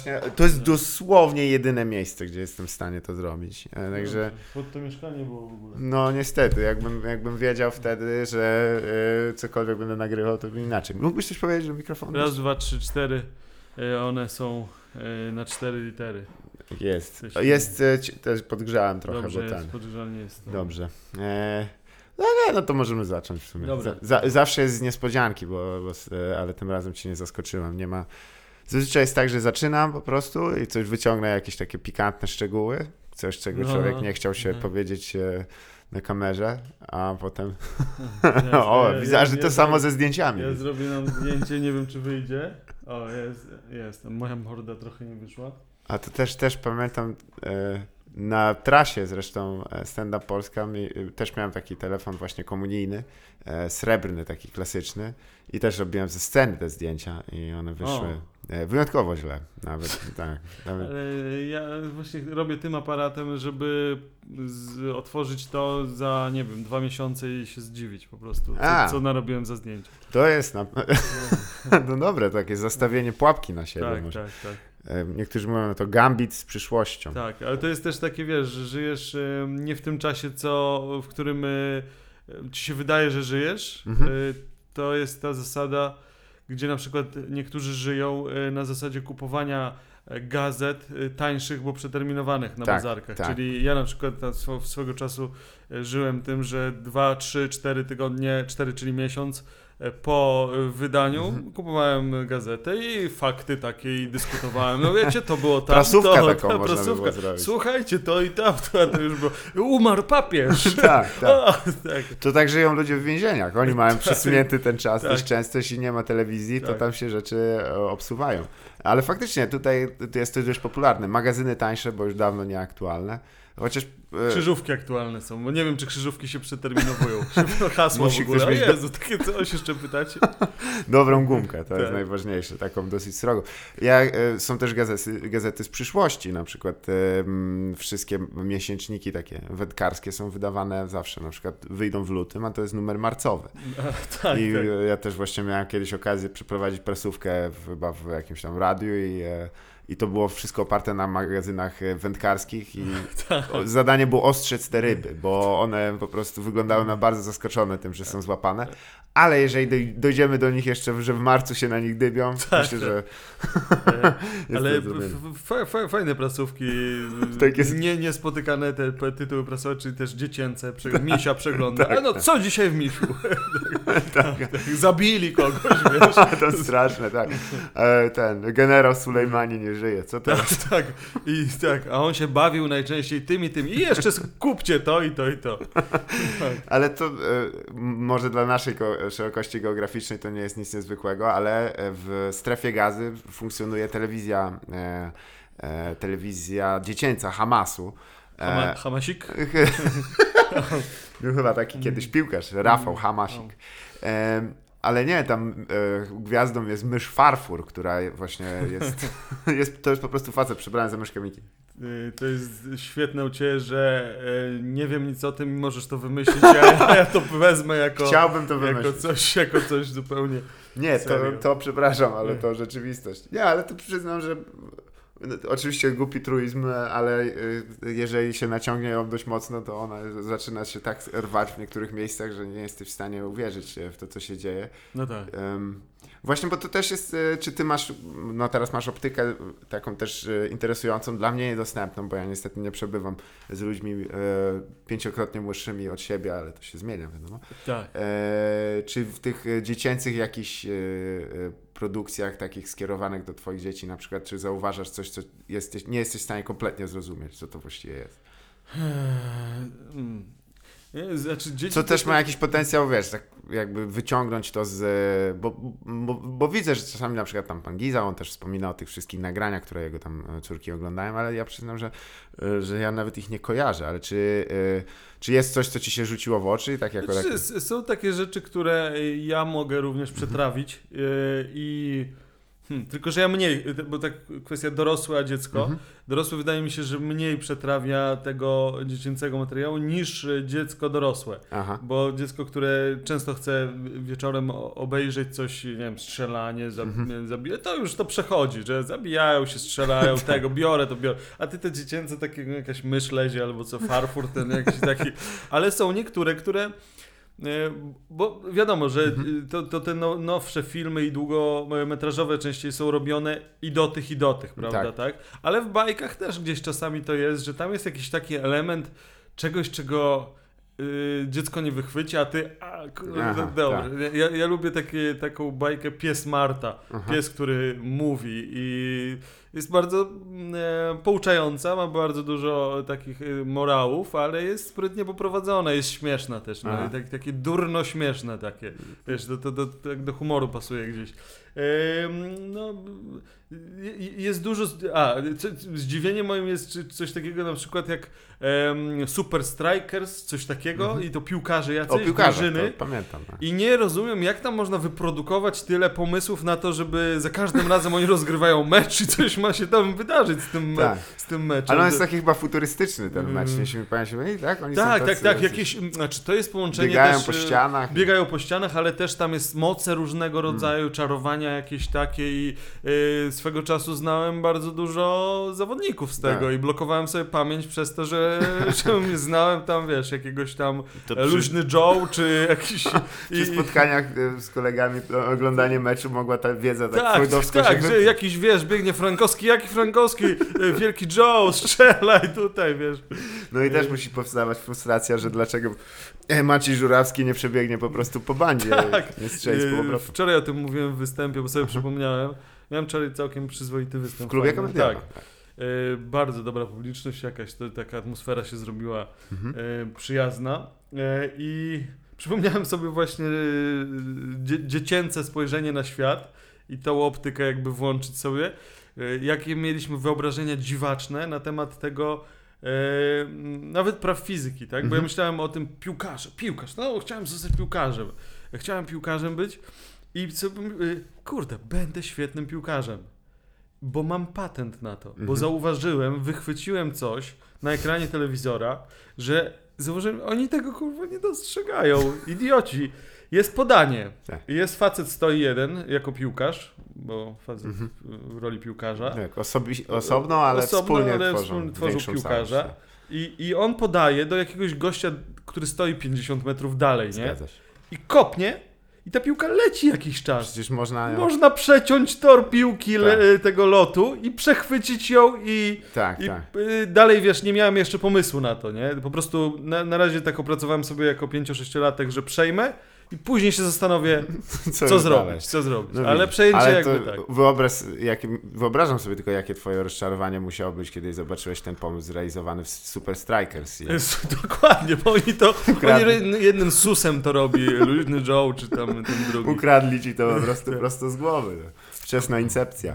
To jest dosłownie jedyne miejsce, gdzie jestem w stanie to zrobić. Także... Pod to mieszkanie było w ogóle. No niestety, jakbym wiedział wtedy, że cokolwiek będę nagrywał, to by inaczej. Mógłbyś coś powiedzieć do mikrofonu? Raz, dwa, trzy, cztery. One są na 4 litery. Jest. Też podgrzałem trochę, Dobrze bo jest, ten. podgrzanie jest. No. Dobrze. No to możemy zacząć w sumie. Dobra. Zawsze jest z niespodzianki, ale tym razem cię nie zaskoczyłem. Nie ma... Zazwyczaj jest tak, że zaczynam po prostu i coś wyciągnę, jakieś takie pikantne szczegóły. Coś, czego człowiek nie chciał się powiedzieć na kamerze, a potem... widzę, że to samo ze zdjęciami. Ja zrobię nam zdjęcie, nie wiem czy wyjdzie. O, jest. Moja morda trochę nie wyszła. A to też pamiętam... Na trasie zresztą Stand Up Polska też miałem taki telefon właśnie komunijny, srebrny, taki klasyczny i też robiłem ze sceny te zdjęcia i one wyszły wyjątkowo źle. Nawet. Ale ja właśnie robię tym aparatem, żeby otworzyć to za, nie wiem, 2 miesiące i się zdziwić po prostu, co narobiłem za zdjęcia. To jest no dobre, takie zastawienie pułapki na siebie. Tak. Niektórzy mówią, to gambit z przyszłością. Tak, ale to jest też takie, wiesz, że żyjesz nie w tym czasie, w którym ci się wydaje, że żyjesz. To jest ta zasada, gdzie na przykład niektórzy żyją na zasadzie kupowania gazet tańszych, bo przeterminowanych na bazarkach. Tak. Czyli ja na przykład swego czasu żyłem tym, że 2, 3, 4 tygodnie, 4 czyli miesiąc po wydaniu kupowałem gazetę i fakty takie i dyskutowałem. No wiecie, to było tam, prasówkę taką można by było zrobić. Słuchajcie, to i tamto, a to już było. Umarł papież. Tak. Tak. To tak żyją ludzie w więzieniach. Oni mają przesunięty ten czas dość często, jeśli nie ma telewizji, to tam się rzeczy obsuwają. Ale faktycznie tutaj jest to dość popularne. Magazyny tańsze, bo już dawno nieaktualne. Chociaż... Krzyżówki aktualne są, bo nie wiem, czy krzyżówki się przeterminowują. Hasło Musi w ogóle. ktoś mieć Jezu, takie coś jeszcze pytacie? Dobrą gumkę, to jest najważniejsze, taką dosyć srogą. Są też gazety z przyszłości, na przykład wszystkie miesięczniki takie wędkarskie są wydawane zawsze, na przykład wyjdą w lutym, a to jest numer marcowy. Ja też właśnie miałem kiedyś okazję przeprowadzić prasówkę chyba w jakimś tam radiu i to było wszystko oparte na magazynach wędkarskich i zadanie było ostrzec te ryby, bo one po prostu wyglądały na bardzo zaskoczone tym, że są złapane, ale jeżeli dojdziemy do nich jeszcze, że w marcu się na nich dybią, myślę, że ale fajne prasówki, niespotykane te tytuły prasowe, czyli też dziecięce, Misia przegląda, co dzisiaj w Misiu? Zabili kogoś, wiesz. To straszne, tak. Ten generał Sulejmani nie żyje, co teraz? Tak, a on się bawił najczęściej tym i jeszcze kupcie to i to i to. Ale to może dla naszej szerokości geograficznej to nie jest nic niezwykłego, ale w strefie Gazy funkcjonuje telewizja dziecięca Hamasu. Hamasik? Był chyba taki kiedyś piłkarz, Rafał Hamasik. Ale nie, tam gwiazdą jest mysz Farfur, która właśnie to jest po prostu facet przebrany za myszkę Miki. To jest świetne u Ciebie, że nie wiem nic o tym i możesz to wymyślić, a ja to wezmę Chciałbym to wymyślić. Jako coś zupełnie. Nie, to przepraszam, ale to rzeczywistość. Nie, ale to przyznam, że oczywiście głupi truizm, ale jeżeli się naciągnie ją dość mocno, to ona zaczyna się tak rwać w niektórych miejscach, że nie jesteś w stanie uwierzyć w to, co się dzieje. No tak. Właśnie, bo to też jest, czy ty masz, teraz masz optykę taką też interesującą, dla mnie niedostępną, bo ja niestety nie przebywam z ludźmi 5-krotnie młodszymi od siebie, ale to się zmienia, wiadomo. Tak. Czy w tych dziecięcych jakichś produkcjach takich skierowanych do twoich dzieci na przykład, czy zauważasz coś, co nie jesteś w stanie kompletnie zrozumieć, co to właściwie jest? Znaczy, co też ma jakiś potencjał, wiesz, tak jakby wyciągnąć to bo widzę, że czasami na przykład tam pan Giza, on też wspomina o tych wszystkich nagraniach, które jego tam córki oglądają, ale ja przyznam, że ja nawet ich nie kojarzę, ale czy jest coś, co ci się rzuciło w oczy? Tak jako Są takie rzeczy, które ja mogę również przetrawić i Tylko, że ja mniej, bo tak kwestia dorosłe a dziecko. Dorosły wydaje mi się, że mniej przetrawia tego dziecięcego materiału niż dziecko dorosłe. Aha. Bo dziecko, które często chce wieczorem obejrzeć coś, nie wiem, strzelanie, zabija, to już to przechodzi, że zabijają się, strzelają, tego, biorę. A ty te dziecięce, takie jakaś mysz lezie albo co, farfur ten jakiś taki. Ale są niektóre, które... Bo wiadomo, że to te nowsze filmy i długometrażowe częściej są robione i do tych, prawda, tak? Ale w bajkach też gdzieś czasami to jest, że tam jest jakiś taki element czegoś, czego dziecko nie wychwyci, a ty dobra. Tak. Ja lubię taką bajkę Pies Marta. Pies, który mówi i jest bardzo pouczająca, ma bardzo dużo takich morałów, ale jest sprytnie poprowadzona, jest śmieszna też, no, takie durno śmieszne takie, wiesz, do humoru pasuje gdzieś. No, jest dużo... Zdziwienie moim jest coś takiego na przykład jak Super Strikers, coś takiego i to piłkarze jacyś, drużyny. Pamiętam. I nie rozumiem, jak tam można wyprodukować tyle pomysłów na to, żeby za każdym razem oni rozgrywają mecz i coś ma się tam wydarzyć z tym meczem. Ale on jest taki chyba futurystyczny ten mecz, jeśli mi pamięć myli, tak? Oni tak, jakieś, znaczy to jest połączenie biegają też, po ścianach. Biegają po ścianach, ale też tam jest moce różnego rodzaju, czarowania jakieś takie i swego czasu znałem bardzo dużo zawodników z tego i blokowałem sobie pamięć przez to, że znałem tam, wiesz, jakiegoś tam Luźny Joe, czy jakiś... Przy spotkaniach z kolegami oglądanie meczu mogła ta wiedza tak freudowska się że jakiś, wiesz, biegnie Frankowski, jaki Frankowski, Wielki Joe, strzelaj tutaj, wiesz. No i też musi powstawać frustracja, że dlaczego Maciej Żurawski nie przebiegnie po prostu po bandzie, nie strzeli z powrotu. Wczoraj o tym mówiłem w występie, bo sobie przypomniałem. Miałem wczoraj całkiem przyzwoity występ. W klubie komediowym. Tak. Bardzo dobra publiczność, jakaś taka atmosfera się zrobiła przyjazna i przypomniałem sobie właśnie dziecięce spojrzenie na świat i tą optykę jakby włączyć sobie, jakie mieliśmy wyobrażenia dziwaczne na temat tego nawet praw fizyki, tak? Bo ja myślałem o tym piłkarz, no chciałem zostać piłkarzem, chciałem piłkarzem być i sobie, kurde, będę świetnym piłkarzem. Bo mam patent na to, bo wychwyciłem coś na ekranie telewizora, że zauważyłem, oni tego kurwa nie dostrzegają, idioci. Jest podanie, jest facet stoi jeden jako piłkarz, bo facet w roli piłkarza. Tak, osobno, ale wspólnie tworzą piłkarza. I on podaje do jakiegoś gościa, który stoi 50 metrów dalej, nie? Zgadza się. I kopnie. I ta piłka leci jakiś czas. Przecież można... Można przeciąć tor piłki tego lotu i przechwycić ją i dalej, wiesz, nie miałem jeszcze pomysłu na to, nie? Po prostu na razie tak opracowałem sobie jako 5-6-latek, że przejmę i później się zastanowię, co zrobić. No, ale przejęcie ale jakby tak. Wyobrażam sobie tylko, jakie twoje rozczarowanie musiało być, kiedy zobaczyłeś ten pomysł zrealizowany w Super Strikers. Dokładnie, bo oni jednym susem to robi, Luźny Joe czy tam ten drugi. Ukradli ci to po prostu prosto z głowy. Wczesna incepcja.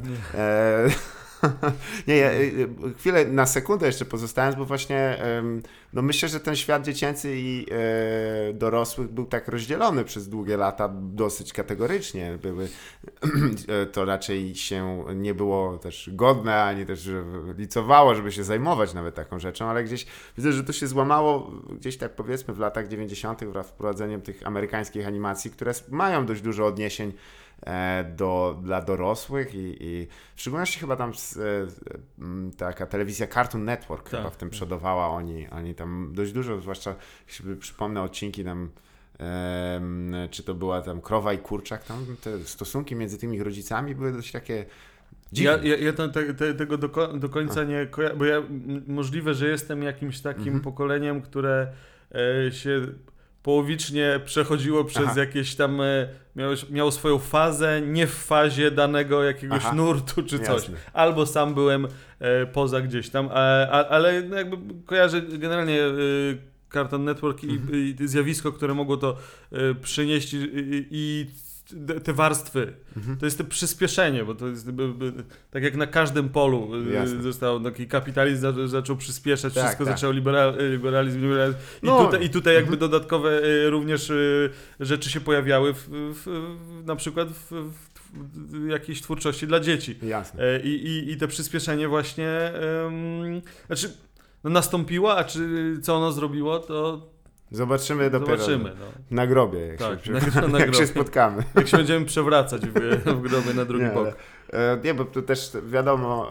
Nie, ja chwilę, na sekundę jeszcze pozostając, bo właśnie no myślę, że ten świat dziecięcy i dorosłych był tak rozdzielony przez długie lata dosyć kategorycznie. To raczej się nie było też godne, ani też licowało, żeby się zajmować nawet taką rzeczą, ale gdzieś widzę, że to się złamało gdzieś tak powiedzmy w latach 90. wraz z wprowadzeniem tych amerykańskich animacji, które mają dość dużo odniesień dla dorosłych i w szczególności chyba tam taka telewizja Cartoon Network chyba w tym przodowała, oni tam dość dużo, zwłaszcza jeśli przypomnę odcinki tam czy to była tam Krowa i Kurczak, tam te stosunki między tymi rodzicami były dość takie dziwne. Ja tego do końca nie kojarzę, bo ja możliwe, że jestem jakimś takim pokoleniem, które się połowicznie przechodziło przez jakieś tam, miało swoją fazę, nie w fazie danego jakiegoś nurtu czy coś. Jasne. Albo sam byłem poza gdzieś tam, ale jakby kojarzę generalnie Cartoon Network i zjawisko, które mogło to przynieść i te warstwy. To jest to przyspieszenie, bo to jest tak jak na każdym polu został taki kapitalizm zaczął przyspieszać, wszystko zaczęło liberalizm. I tutaj jakby dodatkowe również rzeczy się pojawiały na przykład jakiejś twórczości dla dzieci. Jasne. I te przyspieszenie właśnie znaczy no nastąpiło, a co ono zrobiło, to Zobaczymy dopiero no. na grobie, jak, Tak, się, na jak się grobie. spotkamy. Jak się będziemy przewracać w grobie na drugi Nie, bok. nie, bo to też wiadomo,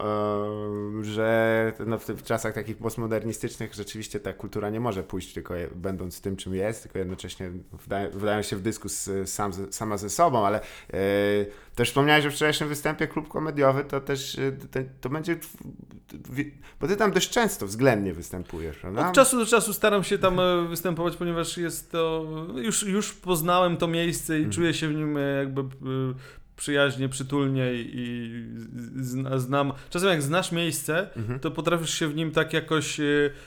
że no w czasach takich postmodernistycznych rzeczywiście ta kultura nie może pójść tylko będąc tym, czym jest, tylko jednocześnie wydają się w dyskus sama ze sobą, ale też wspomniałeś, że w wczorajszym występie klub komediowy to też to będzie, bo ty tam dość często względnie występujesz, prawda? Od czasu do czasu staram się tam występować, ponieważ jest to, już poznałem to miejsce i czuję się w nim jakby przyjaźnie, przytulnie i znam. Czasem jak znasz miejsce, to potrafisz się w nim tak jakoś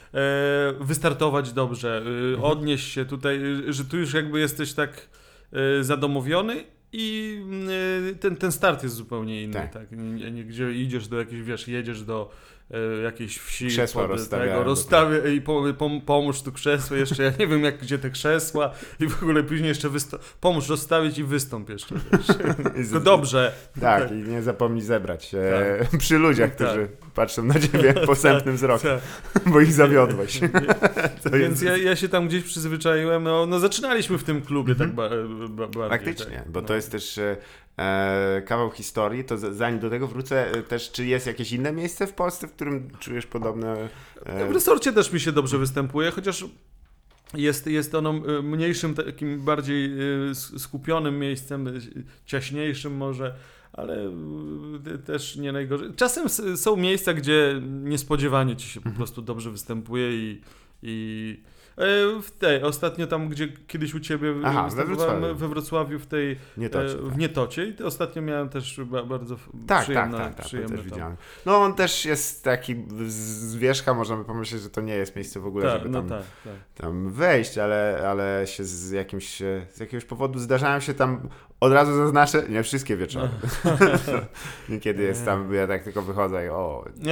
wystartować dobrze, odnieść się tutaj, że tu już jakby jesteś tak zadomowiony i ten start jest zupełnie inny. Tak. Gdzie idziesz do jakiejś, wiesz, jedziesz do jakiejś wsi, krzesła rozstawię i pomóż tu krzesło jeszcze, ja nie wiem gdzie te krzesła i w ogóle później jeszcze pomóż rozstawić i wystąp jeszcze. To dobrze. Tak, i nie zapomnij zebrać się przy ludziach, którzy patrzą na ciebie posępnym wzrokiem, bo ich zawiodłeś. Więc ja się tam gdzieś przyzwyczaiłem, no zaczynaliśmy w tym klubie tak bardziej. Faktycznie, tak, bo to jest też kawał historii, to zanim do tego wrócę, też czy jest jakieś inne miejsce w Polsce, w którym czujesz podobne... W Resorcie też mi się dobrze występuje, chociaż jest ono mniejszym, takim bardziej skupionym miejscem, ciaśniejszym może, ale też nie najgorzej. Czasem są miejsca, gdzie niespodziewanie ci się po prostu dobrze występuje i ostatnio tam, gdzie kiedyś u ciebie występowałem we Wrocławiu w Nietocie i ostatnio miałem też bardzo przyjemne też widziałem. No on też jest taki z wierzcha, można by pomyśleć, że to nie jest miejsce w ogóle, żeby tam wejść, ale się z jakiegoś powodu zdarzają się tam, od razu zaznaczę, nie wszystkie wieczory. Niekiedy jest tam, ja tak tylko wychodzę i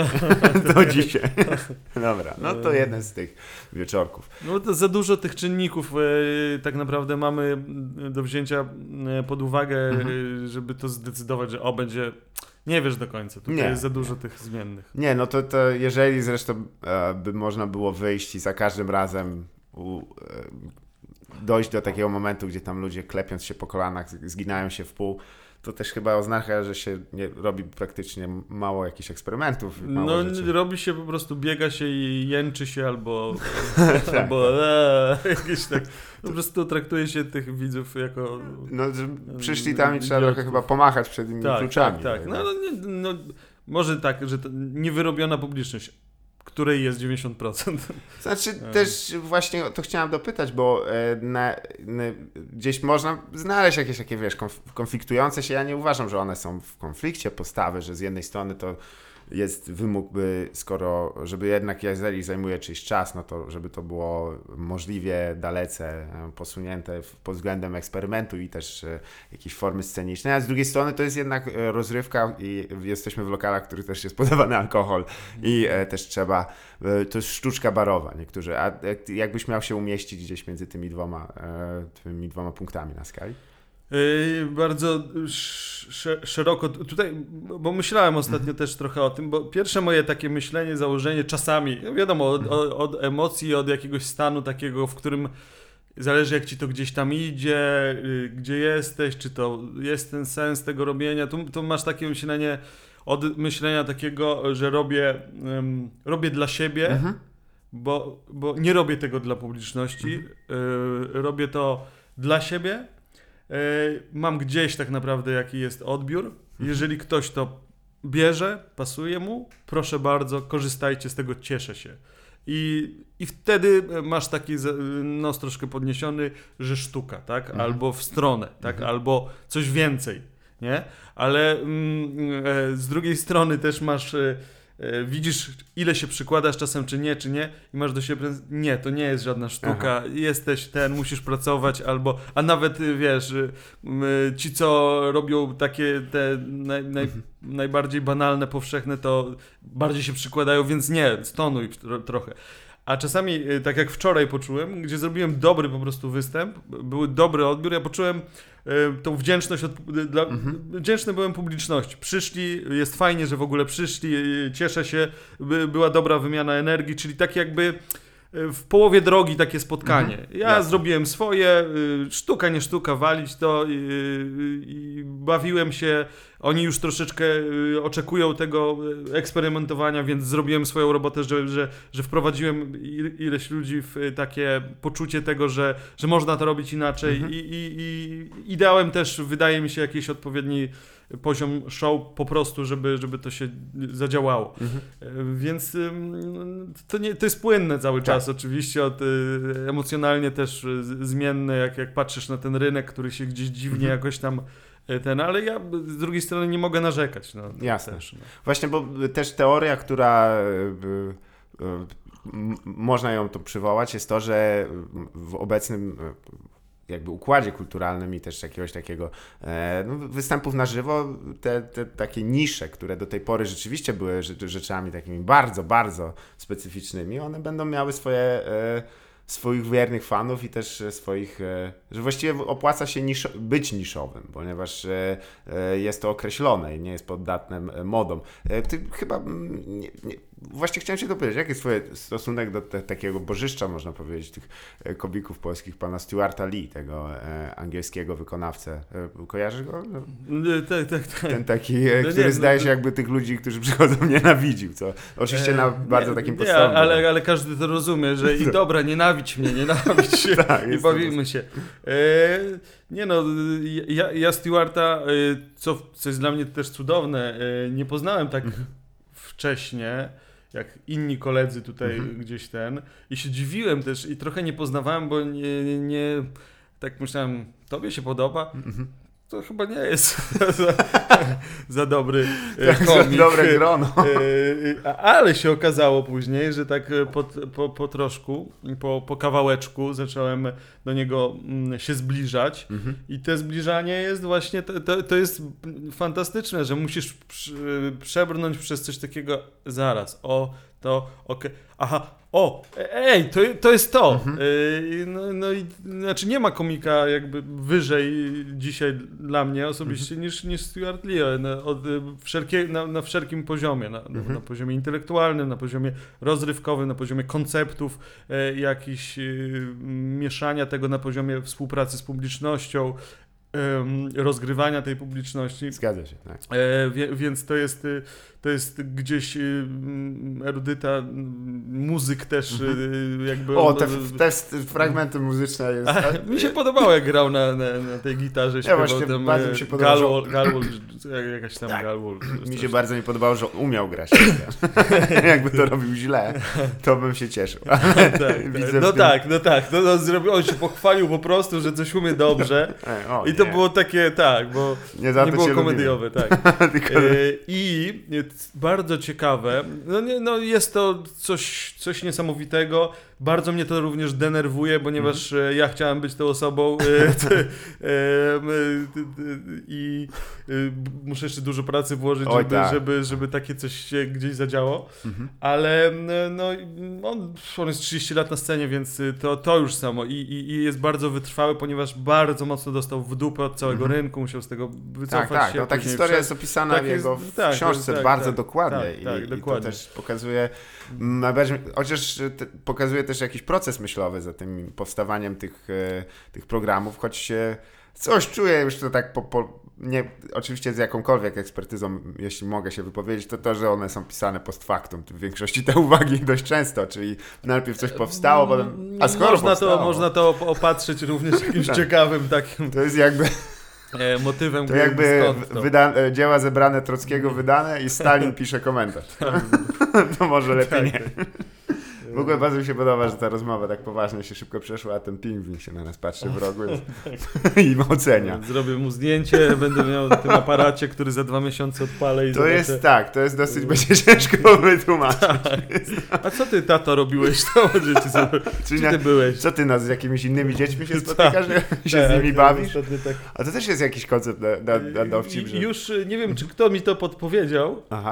to dzisiaj. Dobra, no to jeden z tych wieczorków. No to za dużo tych czynników tak naprawdę mamy do wzięcia pod uwagę, żeby to zdecydować, że będzie... Nie wiesz do końca, tutaj jest za dużo tych zmiennych. Nie, no to jeżeli zresztą by można było wyjść i za każdym razem dojść do takiego momentu, gdzie tam ludzie klepiąc się po kolanach, zginają się w pół, to też chyba oznacza, że się nie robi praktycznie mało jakichś eksperymentów. Robi się po prostu, biega się i jęczy się albo jakieś tak. Po prostu traktuje się tych widzów jako... No, przyszli tam i trzeba trochę chyba pomachać przed nimi kluczami. Tak. No, może tak, że to niewyrobiona publiczność, której jest 90%. Znaczy też właśnie to chciałem dopytać, bo gdzieś można znaleźć jakieś takie, wiesz, konfliktujące się. Ja nie uważam, że one są w konflikcie postawy, że z jednej strony to jest wymóg, żeby jednak jeżeli zajmuje czyjś czas, no to żeby to było możliwie dalece posunięte pod względem eksperymentu i też jakiejś formy scenicznej, a z drugiej strony to jest jednak rozrywka i jesteśmy w lokalach, w których też jest podawany alkohol i też trzeba, to jest sztuczka barowa niektórzy, a jakbyś miał się umieścić gdzieś między tymi dwoma punktami na skali? Bardzo szeroko tutaj, bo myślałem ostatnio też trochę o tym, bo pierwsze moje takie myślenie, założenie czasami, wiadomo, od emocji, od jakiegoś stanu takiego, w którym zależy jak ci to gdzieś tam idzie, gdzie jesteś, czy to jest ten sens tego robienia, tu masz takie myślenie od myślenia takiego, że robię dla siebie, bo nie robię tego dla publiczności, robię to dla siebie. Mam gdzieś tak naprawdę jaki jest odbiór. Jeżeli ktoś to bierze, pasuje mu, proszę bardzo, korzystajcie z tego, cieszę się. I wtedy masz taki nos troszkę podniesiony, że sztuka, tak? Albo w stronę, tak? Albo coś więcej, nie? Ale z drugiej strony też masz... widzisz, ile się przykładasz czasem, czy nie, i masz do siebie, nie, to nie jest żadna sztuka, jesteś musisz pracować, a nawet, wiesz, ci, co robią takie te najbardziej banalne, powszechne, to bardziej się przykładają, więc nie, stonuj trochę. A czasami, tak jak wczoraj poczułem, gdzie zrobiłem dobry po prostu występ, był dobry odbiór, ja poczułem tą wdzięczność, wdzięczny byłem publiczności. Przyszli, jest fajnie, że w ogóle przyszli, cieszę się, była dobra wymiana energii, czyli tak jakby w połowie drogi takie spotkanie. Ja Jasne. zrobiłem swoje, sztuka nie sztuka, walić to i bawiłem się. Oni już troszeczkę oczekują tego eksperymentowania, więc zrobiłem swoją robotę, że wprowadziłem ileś ludzi w takie poczucie tego, że można to robić inaczej i dałem też, wydaje mi się, jakiś odpowiedni poziom show po prostu, żeby to się zadziałało. Więc to jest płynne cały czas oczywiście, emocjonalnie też zmienne, jak patrzysz na ten rynek, który się gdzieś dziwnie jakoś tam ale ja z drugiej strony nie mogę narzekać. No, jasne. Też, no. Właśnie, bo też teoria, która można ją tu przywołać, jest to, że w obecnym jakby układzie kulturalnym i też jakiegoś takiego występów na żywo, te takie nisze, które do tej pory rzeczywiście były rzeczami takimi bardzo, bardzo specyficznymi, one będą miały swoich wiernych fanów i też swoich, że właściwie opłaca się być niszowym, ponieważ jest to określone i nie jest poddatne modom. Ty chyba, właśnie chciałem cię dopytać, jaki jest twój stosunek do takiego bożyszcza, można powiedzieć, tych komików polskich, pana Stuarta Lee, tego angielskiego wykonawcę. Kojarzysz go? Tak. Ten taki, który zdaje się jakby tych ludzi, którzy przychodzą, nienawidził, co oczywiście na bardzo takim podstawowym. Ale każdy to rozumie, że i dobra, nienawidź się tak, i bawimy się. Ja Stuarta, co jest dla mnie też cudowne, nie poznałem tak wcześnie, jak inni koledzy tutaj gdzieś i się dziwiłem też i trochę nie poznawałem, bo nie tak myślałem, tobie się podoba? To chyba nie jest za dobry komik. Za dobre grono. Ale się okazało później, że tak po troszku, po kawałeczku zacząłem do niego się zbliżać i to zbliżanie jest właśnie, to jest fantastyczne, że musisz przebrnąć przez coś takiego zaraz. To jest to. No i znaczy nie ma komika jakby wyżej dzisiaj dla mnie osobiście niż Stuart Lee na wszelkim poziomie, na poziomie intelektualnym, na poziomie rozrywkowym, na poziomie konceptów, jakichś mieszania tego na poziomie współpracy z publicznością, rozgrywania tej publiczności. Zgadza się, tak. Więc to jest gdzieś erudyta, muzyk też jakby... Te fragmenty muzyczne jest... Mi się podobało, jak grał na tej gitarze, śpiewał tam bardzo mi się podobało, Galwol, jakaś tam tak, Galwol. Mi się bardzo nie podobało, że on umiał grać. Jakby to robił źle, to bym się cieszył. On się pochwalił po prostu, że coś umie dobrze. I to było takie, bo nie było komediowe. Tak. I bardzo ciekawe, jest to coś niesamowitego. Bardzo mnie to również denerwuje, ponieważ ja chciałem być tą osobą i muszę jeszcze dużo pracy włożyć, żeby takie coś się gdzieś zadziało. Ale on jest 30 lat na scenie, więc to już samo i jest bardzo wytrwały, ponieważ bardzo mocno dostał w dupę od całego rynku, musiał z tego wycofać się. Ta historia jest opisana w jego książce bardzo dokładnie i to też pokazuje, chociaż pokazuje też jakiś proces myślowy za tym powstawaniem tych programów, choć coś czuję już to tak nie, oczywiście z jakąkolwiek ekspertyzą, jeśli mogę się wypowiedzieć, to, że one są pisane post factum, w większości te uwagi dość często, czyli najpierw coś powstało, potem, a skoro można to opatrzyć również jakimś ciekawym takim... To jest jakby... motywem. To jakby dzieła zebrane Trockiego wydane i Stalin pisze komentarz. To może lepiej nie. W ogóle bardzo mi się podoba, że ta rozmowa tak poważnie się szybko przeszła, a ten pingwin się na nas patrzy w rogu i ocenia. Zrobię mu zdjęcie, będę miał na tym aparacie, który za 2 miesiące odpalę i zobaczę. To jest dosyć będzie ciężko wytłumaczyć. A co ty, tato, robiłeś to? Gdzie ty byłeś? Co ty z jakimiś innymi dziećmi się spotykasz, się z nimi bawisz? A to też jest jakiś koncept na dowcip. Już nie wiem, czy kto mi to podpowiedział. Aha.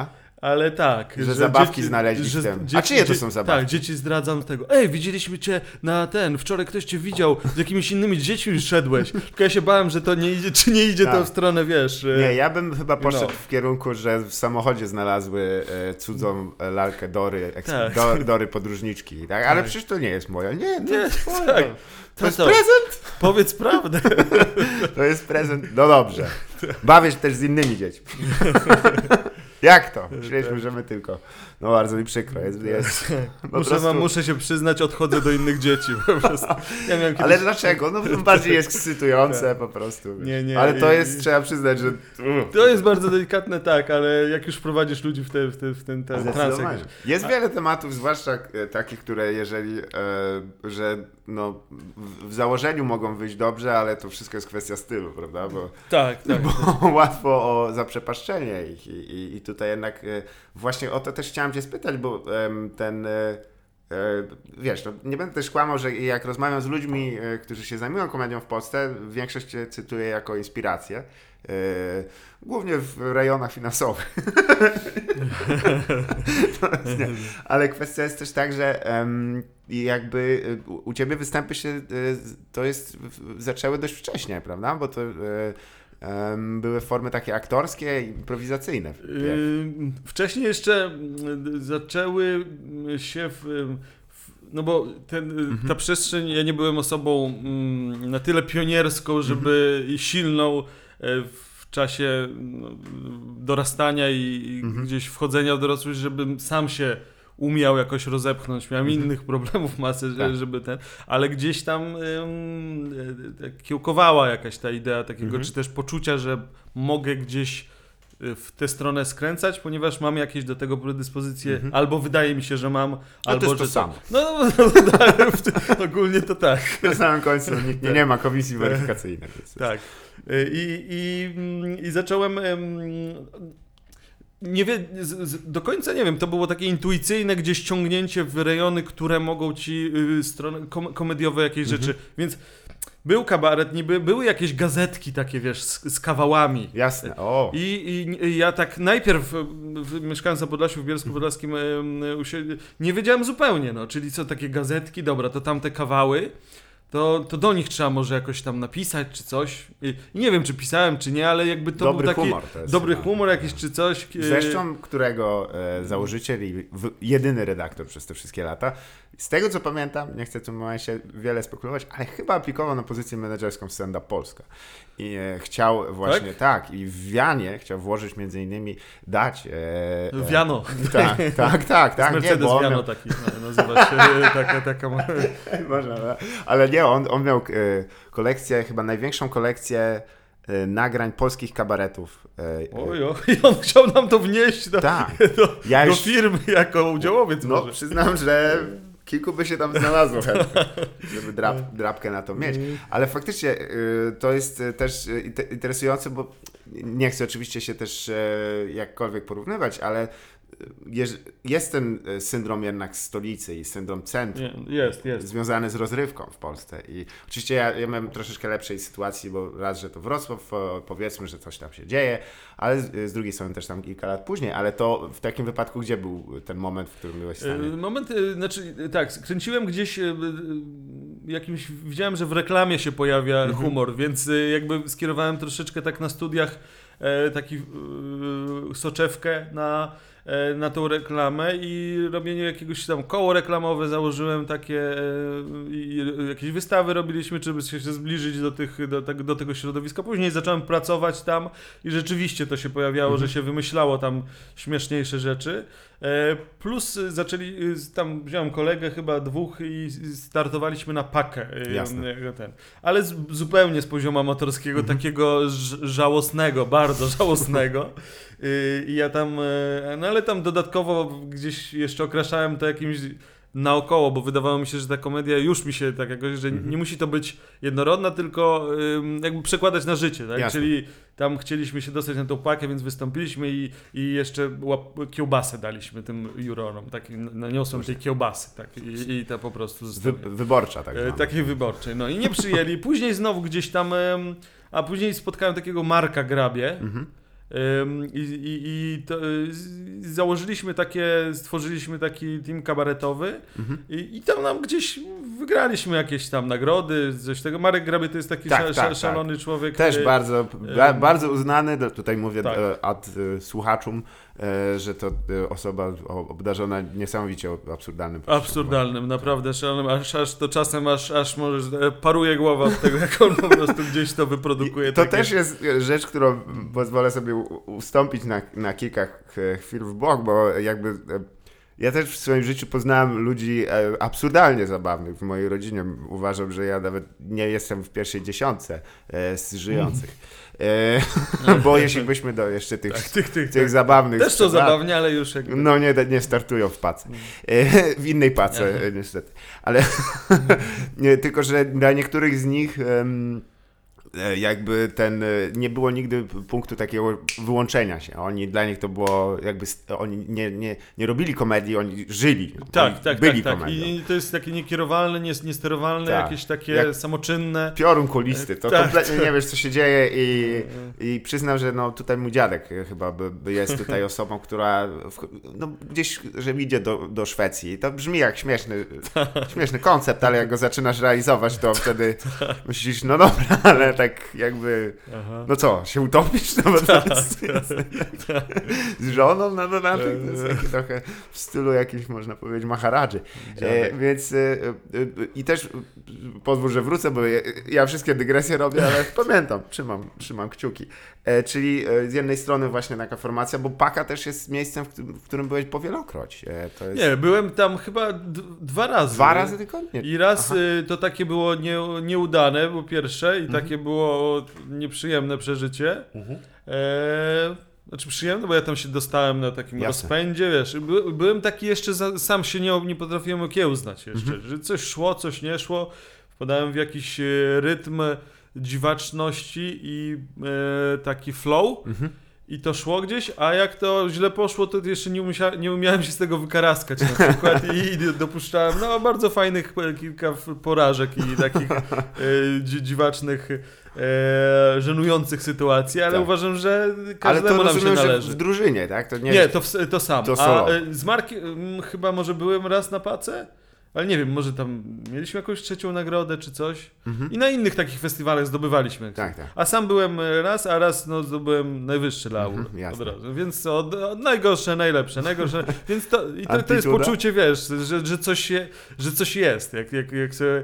Ale tak. Że zabawki znaleźli w tym. A czyje to są zabawki? Tak, dzieci zdradzam tego. Widzieliśmy cię wczoraj ktoś cię widział, z jakimiś innymi dziećmi szedłeś. Tylko ja się bałem, że to nie idzie, czy nie idzie to w stronę, wiesz. Nie, ja bym chyba poszedł w kierunku, że w samochodzie znalazły cudzą lalkę Dory, Dory podróżniczki, tak? Ale przecież to nie jest moja. Nie, to jest moja. Tak. To jest prezent? Powiedz prawdę. To jest prezent. No dobrze. Bawię się też z innymi dziećmi. Jak to? Myśleliśmy, że my tylko. No bardzo mi przykro. Muszę się przyznać, odchodzę do innych dzieci po prostu. Ja miałem Ale dlaczego? No bardziej jest ekscytujące po prostu. Nie. Ale to jest, trzeba przyznać, że... To jest bardzo delikatne, tak, ale jak już prowadzisz ludzi w ten trans. Jest wiele tematów, zwłaszcza takich, które jeżeli, że no, w założeniu mogą wyjść dobrze, ale to wszystko jest kwestia stylu, prawda? Tak. Bo łatwo o zaprzepaszczenie ich i tutaj jednak właśnie o to też chciałem cię spytać, bo wiesz, no, nie będę też kłamał, że jak rozmawiam z ludźmi, którzy się zajmują komedią w Polsce, większość cię cytuję jako inspirację. Głównie w rejonach finansowych. Ale kwestia jest też tak, że jakby u ciebie występy zaczęły dość wcześnie, prawda? Bo to były formy takie aktorskie, improwizacyjne. Wcześniej jeszcze zaczęły się no bo ta przestrzeń, ja nie byłem osobą na tyle pionierską, żeby i silną w czasie dorastania i gdzieś wchodzenia w dorosłość, żebym sam się umiał jakoś rozepchnąć. Miałem innych problemów masę, żeby ale gdzieś tam kiełkowała jakaś ta idea takiego, czy też poczucia, że mogę gdzieś w tę stronę skręcać, ponieważ mam jakieś do tego predyspozycje, albo wydaje mi się, że mam, albo że to samo. Ogólnie to tak. Na samym końcu nikt nie ma komisji weryfikacyjnej. Tak. I zacząłem do końca nie wiem, to było takie intuicyjne gdzieś ciągnięcie w rejony, które mogą ci komediowe jakieś rzeczy, więc był kabaret, niby były jakieś gazetki takie, wiesz, z kawałami. Jasne, I ja tak najpierw, mieszkając na Podlasiu, w Bielsku Podlaskim, nie wiedziałem zupełnie, czyli co, takie gazetki, dobra, to tamte kawały, to do nich trzeba może jakoś tam napisać, czy coś. I nie wiem, czy pisałem, czy nie, ale jakby to dobry był taki humor to jest dobry humor jakiś, czy coś. Zresztą, którego założyciel i jedyny redaktor przez te wszystkie lata, z tego co pamiętam, nie chcę w tym momencie wiele spekulować, ale chyba aplikował na pozycję menedżerską w Stand Up Polska. I chciał właśnie, tak, i w Wianie chciał włożyć między innymi dać... Wiano. Tak. Mercedes nie, Wiano taki nazywa się, taka... Można, ale nie, on miał kolekcję, chyba największą kolekcję nagrań polskich kabaretów. I on chciał nam to wnieść do firmy jako udziałowiec. No, może. Przyznam, że kilku by się tam znalazło chętnie, żeby drapkę na to mieć. Ale faktycznie to jest też interesujące, bo nie chcę oczywiście się też jakkolwiek porównywać, ale jest ten syndrom jednak stolicy i syndrom centrum. Jest. Związany z rozrywką w Polsce. I oczywiście ja miałem troszeczkę lepszej sytuacji, bo raz, że to Wrocław, powiedzmy, że coś tam się dzieje, ale z drugiej strony też tam kilka lat później. Ale to w takim wypadku, gdzie był ten moment, w którym byłeś w stanie? Kręciłem gdzieś widziałem, że w reklamie się pojawia humor, więc jakby skierowałem troszeczkę tak na studiach taki soczewkę na tą reklamę i robienie jakiegoś tam koło reklamowe założyłem takie i jakieś wystawy robiliśmy, żeby się zbliżyć do tego środowiska. Później zacząłem pracować tam i rzeczywiście to się pojawiało, że się wymyślało tam śmieszniejsze rzeczy. Plus tam wziąłem kolegę, chyba dwóch i startowaliśmy na pakę. Ale zupełnie z poziomu amatorskiego, takiego żałosnego, bardzo żałosnego. I ja tam, ale tam dodatkowo gdzieś jeszcze okraszałem to jakimś naokoło, bo wydawało mi się, że ta komedia już mi się tak jakoś, że nie musi to być jednorodna, tylko jakby przekładać na życie, tak? Czyli tam chcieliśmy się dostać na tą pakę, więc wystąpiliśmy i jeszcze kiełbasę daliśmy tym jurorom, naniosłem tej kiełbasy, tak? I ta po prostu wyborcza, tak zwana. Takiej wyborczej, no i nie przyjęli. Później znowu gdzieś tam, a później spotkałem takiego Marka Grabie, Stworzyliśmy taki team kabaretowy i tam nam gdzieś wygraliśmy jakieś tam nagrody, coś tego. Marek Grabie to jest taki szalony człowiek. Też bardzo uznany, tutaj mówię słuchaczom, że to osoba obdarzona niesamowicie absurdalnym poczuciem. Absurdalnym, naprawdę szalonym, aż to czasem aż może paruje głowa od tego, jak on po prostu gdzieś to wyprodukuje. To też jest rzecz, którą pozwolę sobie ustąpić na kilka chwil w bok, bo jakby ja też w swoim życiu poznałem ludzi absurdalnie zabawnych w mojej rodzinie. Uważam, że ja nawet nie jestem w pierwszej dziesiątce z żyjących. Bo jeśli byśmy do jeszcze tych zabawnych... Też to zabawnie, ale już jakby... No nie startują w pace. W innej pace niestety. Ale tylko, że dla niektórych z nich... jakby nie było nigdy punktu takiego wyłączenia się. Dla nich to było jakby, oni nie robili komedii, oni żyli. Byli komedią. I to jest takie niekierowalne, niesterowalne, jakieś takie jak samoczynne. Piorun kulisty. To kompletnie nie wiesz, co się dzieje i przyznam, że tutaj mój dziadek chyba jest tutaj osobą, która gdzieś, że idzie do Szwecji. To brzmi jak śmieszny koncept, ale jak go zaczynasz realizować, to wtedy myślisz, no dobra, ale tak jakby, no co, się utopisz? No bo to jest z żoną na dodatek, to jest taki trochę w stylu jakimś, można powiedzieć, Maharadży. Więc i też pozwól, że wrócę, bo ja wszystkie dygresje robię, ale pamiętam, trzymam kciuki. Czyli z jednej strony właśnie taka formacja, bo Paka też jest miejscem, w którym byłeś powielokroć. To jest... Nie, byłem tam chyba 2 razy. 2 razy tylko? Nie. I raz to takie było nieudane, po pierwsze, i takie było nieprzyjemne przeżycie. Znaczy przyjemne, bo ja tam się dostałem na takim rozpędzie, wiesz. Byłem taki jeszcze, sam się nie potrafiłem okiełznać jeszcze, że coś szło, coś nie szło. Wpadałem w jakiś rytm dziwaczności i taki flow. I to szło gdzieś, a jak to źle poszło, to jeszcze nie umiałem się z tego wykaraskać na przykład i dopuszczałem bardzo fajnych kilka porażek i takich dziwacznych, żenujących sytuacji, ale uważam, że każdemu nam się należy. Że w drużynie, tak? To to sam. To solo. A z Markiem chyba może byłem raz na Pace? Ale nie wiem, może tam mieliśmy jakąś 3. nagrodę czy coś. I na innych takich festiwalach zdobywaliśmy. Tak. A sam byłem raz, a raz zdobyłem najwyższy laur od razu. Więc od najgorsze, najlepsze, najgorsze. Więc to jest poczucie, wiesz, że coś jest. Jak sobie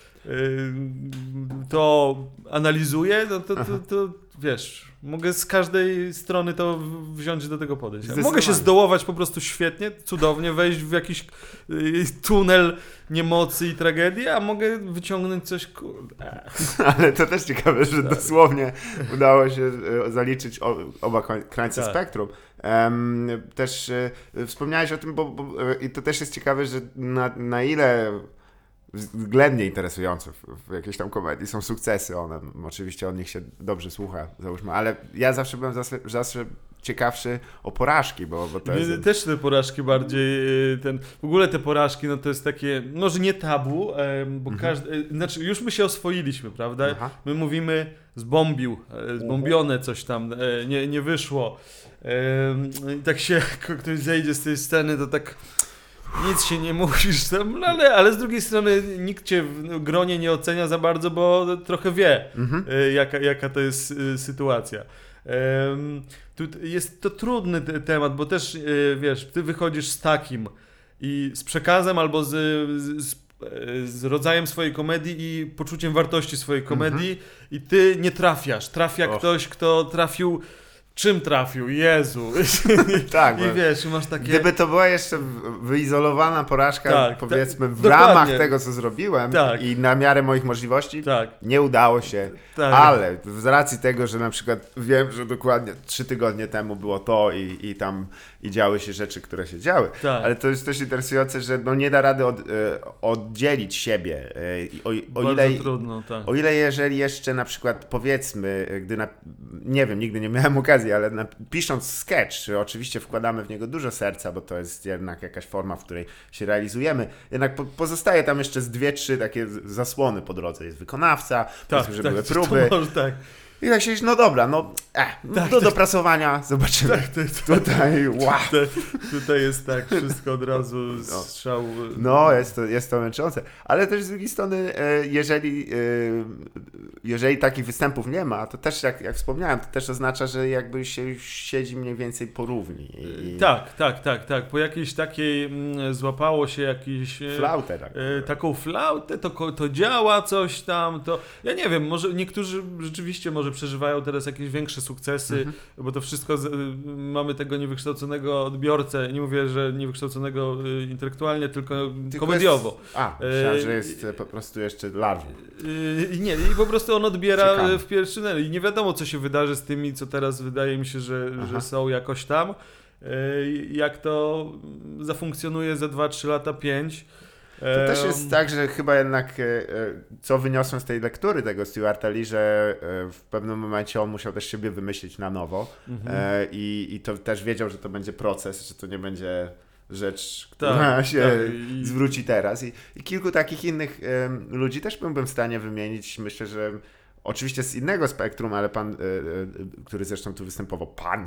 to analizuję, to wiesz, mogę z każdej strony to wziąć do tego podejść. Mogę się zdołować po prostu świetnie, cudownie, wejść w jakiś tunel niemocy i tragedii, a mogę wyciągnąć coś, kurde. Ale to też ciekawe, że dosłownie udało się zaliczyć oba krańce spektrum. Też wspomniałeś o tym, bo i to też jest ciekawe, że na ile względnie interesujące w jakiejś tam komedii są sukcesy, oczywiście od nich się dobrze słucha, załóżmy, ale ja zawsze byłem zawsze ciekawszy o porażki, bo to jest... Też te porażki bardziej, w ogóle te porażki, to jest takie, może nie tabu, bo znaczy już my się oswoiliśmy, prawda? My mówimy zbombione coś tam, nie wyszło. I tak się, ktoś zejdzie z tej sceny, to tak... Nic się nie musisz tam, ale z drugiej strony nikt cię w gronie nie ocenia za bardzo, bo trochę wie, jaka to jest sytuacja. Tu jest to trudny temat, bo też, wiesz, ty wychodzisz z takim i z przekazem albo z rodzajem swojej komedii i poczuciem wartości swojej komedii i ty nie trafiasz. Trafia ktoś, kto trafił... Czym trafił? Jezu. Tak, i wiesz, masz takie... Gdyby to była jeszcze wyizolowana porażka, powiedzmy, w ramach tego, co zrobiłem i na miarę moich możliwości, nie udało się, ale z racji tego, że na przykład wiem, że dokładnie 3 tygodnie temu było to i tam działy się rzeczy, które się działy, ale to jest też interesujące, że nie da rady oddzielić siebie. O ile jeżeli jeszcze na przykład powiedzmy, nie wiem, nigdy nie miałem okazji, ale pisząc sketch, oczywiście wkładamy w niego dużo serca, bo to jest jednak jakaś forma, w której się realizujemy. Jednak pozostaje tam jeszcze z 2-3 takie zasłony po drodze. Jest wykonawca, powiedzmy, że były próby. I tak siedzisz, no dobra, do dopracowania, zobaczymy. Tutaj, wow. Tutaj jest tak, wszystko od razu strzał. No, jest to męczące. Ale też z drugiej strony, jeżeli takich występów nie ma, to też, jak wspomniałem, to też oznacza, że jakby się siedzi mniej więcej po równi. Tak. Po jakiejś takiej złapało się jakiś... Flautę. Tak. Taką flautę, to działa coś tam, to... Ja nie wiem, może niektórzy rzeczywiście może przeżywają teraz jakieś większe sukcesy, bo to wszystko... Mamy tego niewykształconego odbiorcę, nie mówię, że niewykształconego intelektualnie, tylko komediowo. Myślałem, że jest po prostu jeszcze larwą. Nie, i po prostu on odbiera w pierwszy... I nie wiadomo, co się wydarzy z tymi, co teraz wydaje mi się, że są jakoś tam. Jak to zafunkcjonuje za 2-3 lata, 5. To też jest tak, że chyba jednak co wyniosłem z tej lektury tego Stuarta Lee, że w pewnym momencie on musiał też siebie wymyślić na nowo i to też wiedział, że to będzie proces, że to nie będzie rzecz, która się zwróci teraz. I kilku takich innych ludzi też byłbym w stanie wymienić. Myślę, że oczywiście z innego spektrum, ale pan, który zresztą tu występował, pan.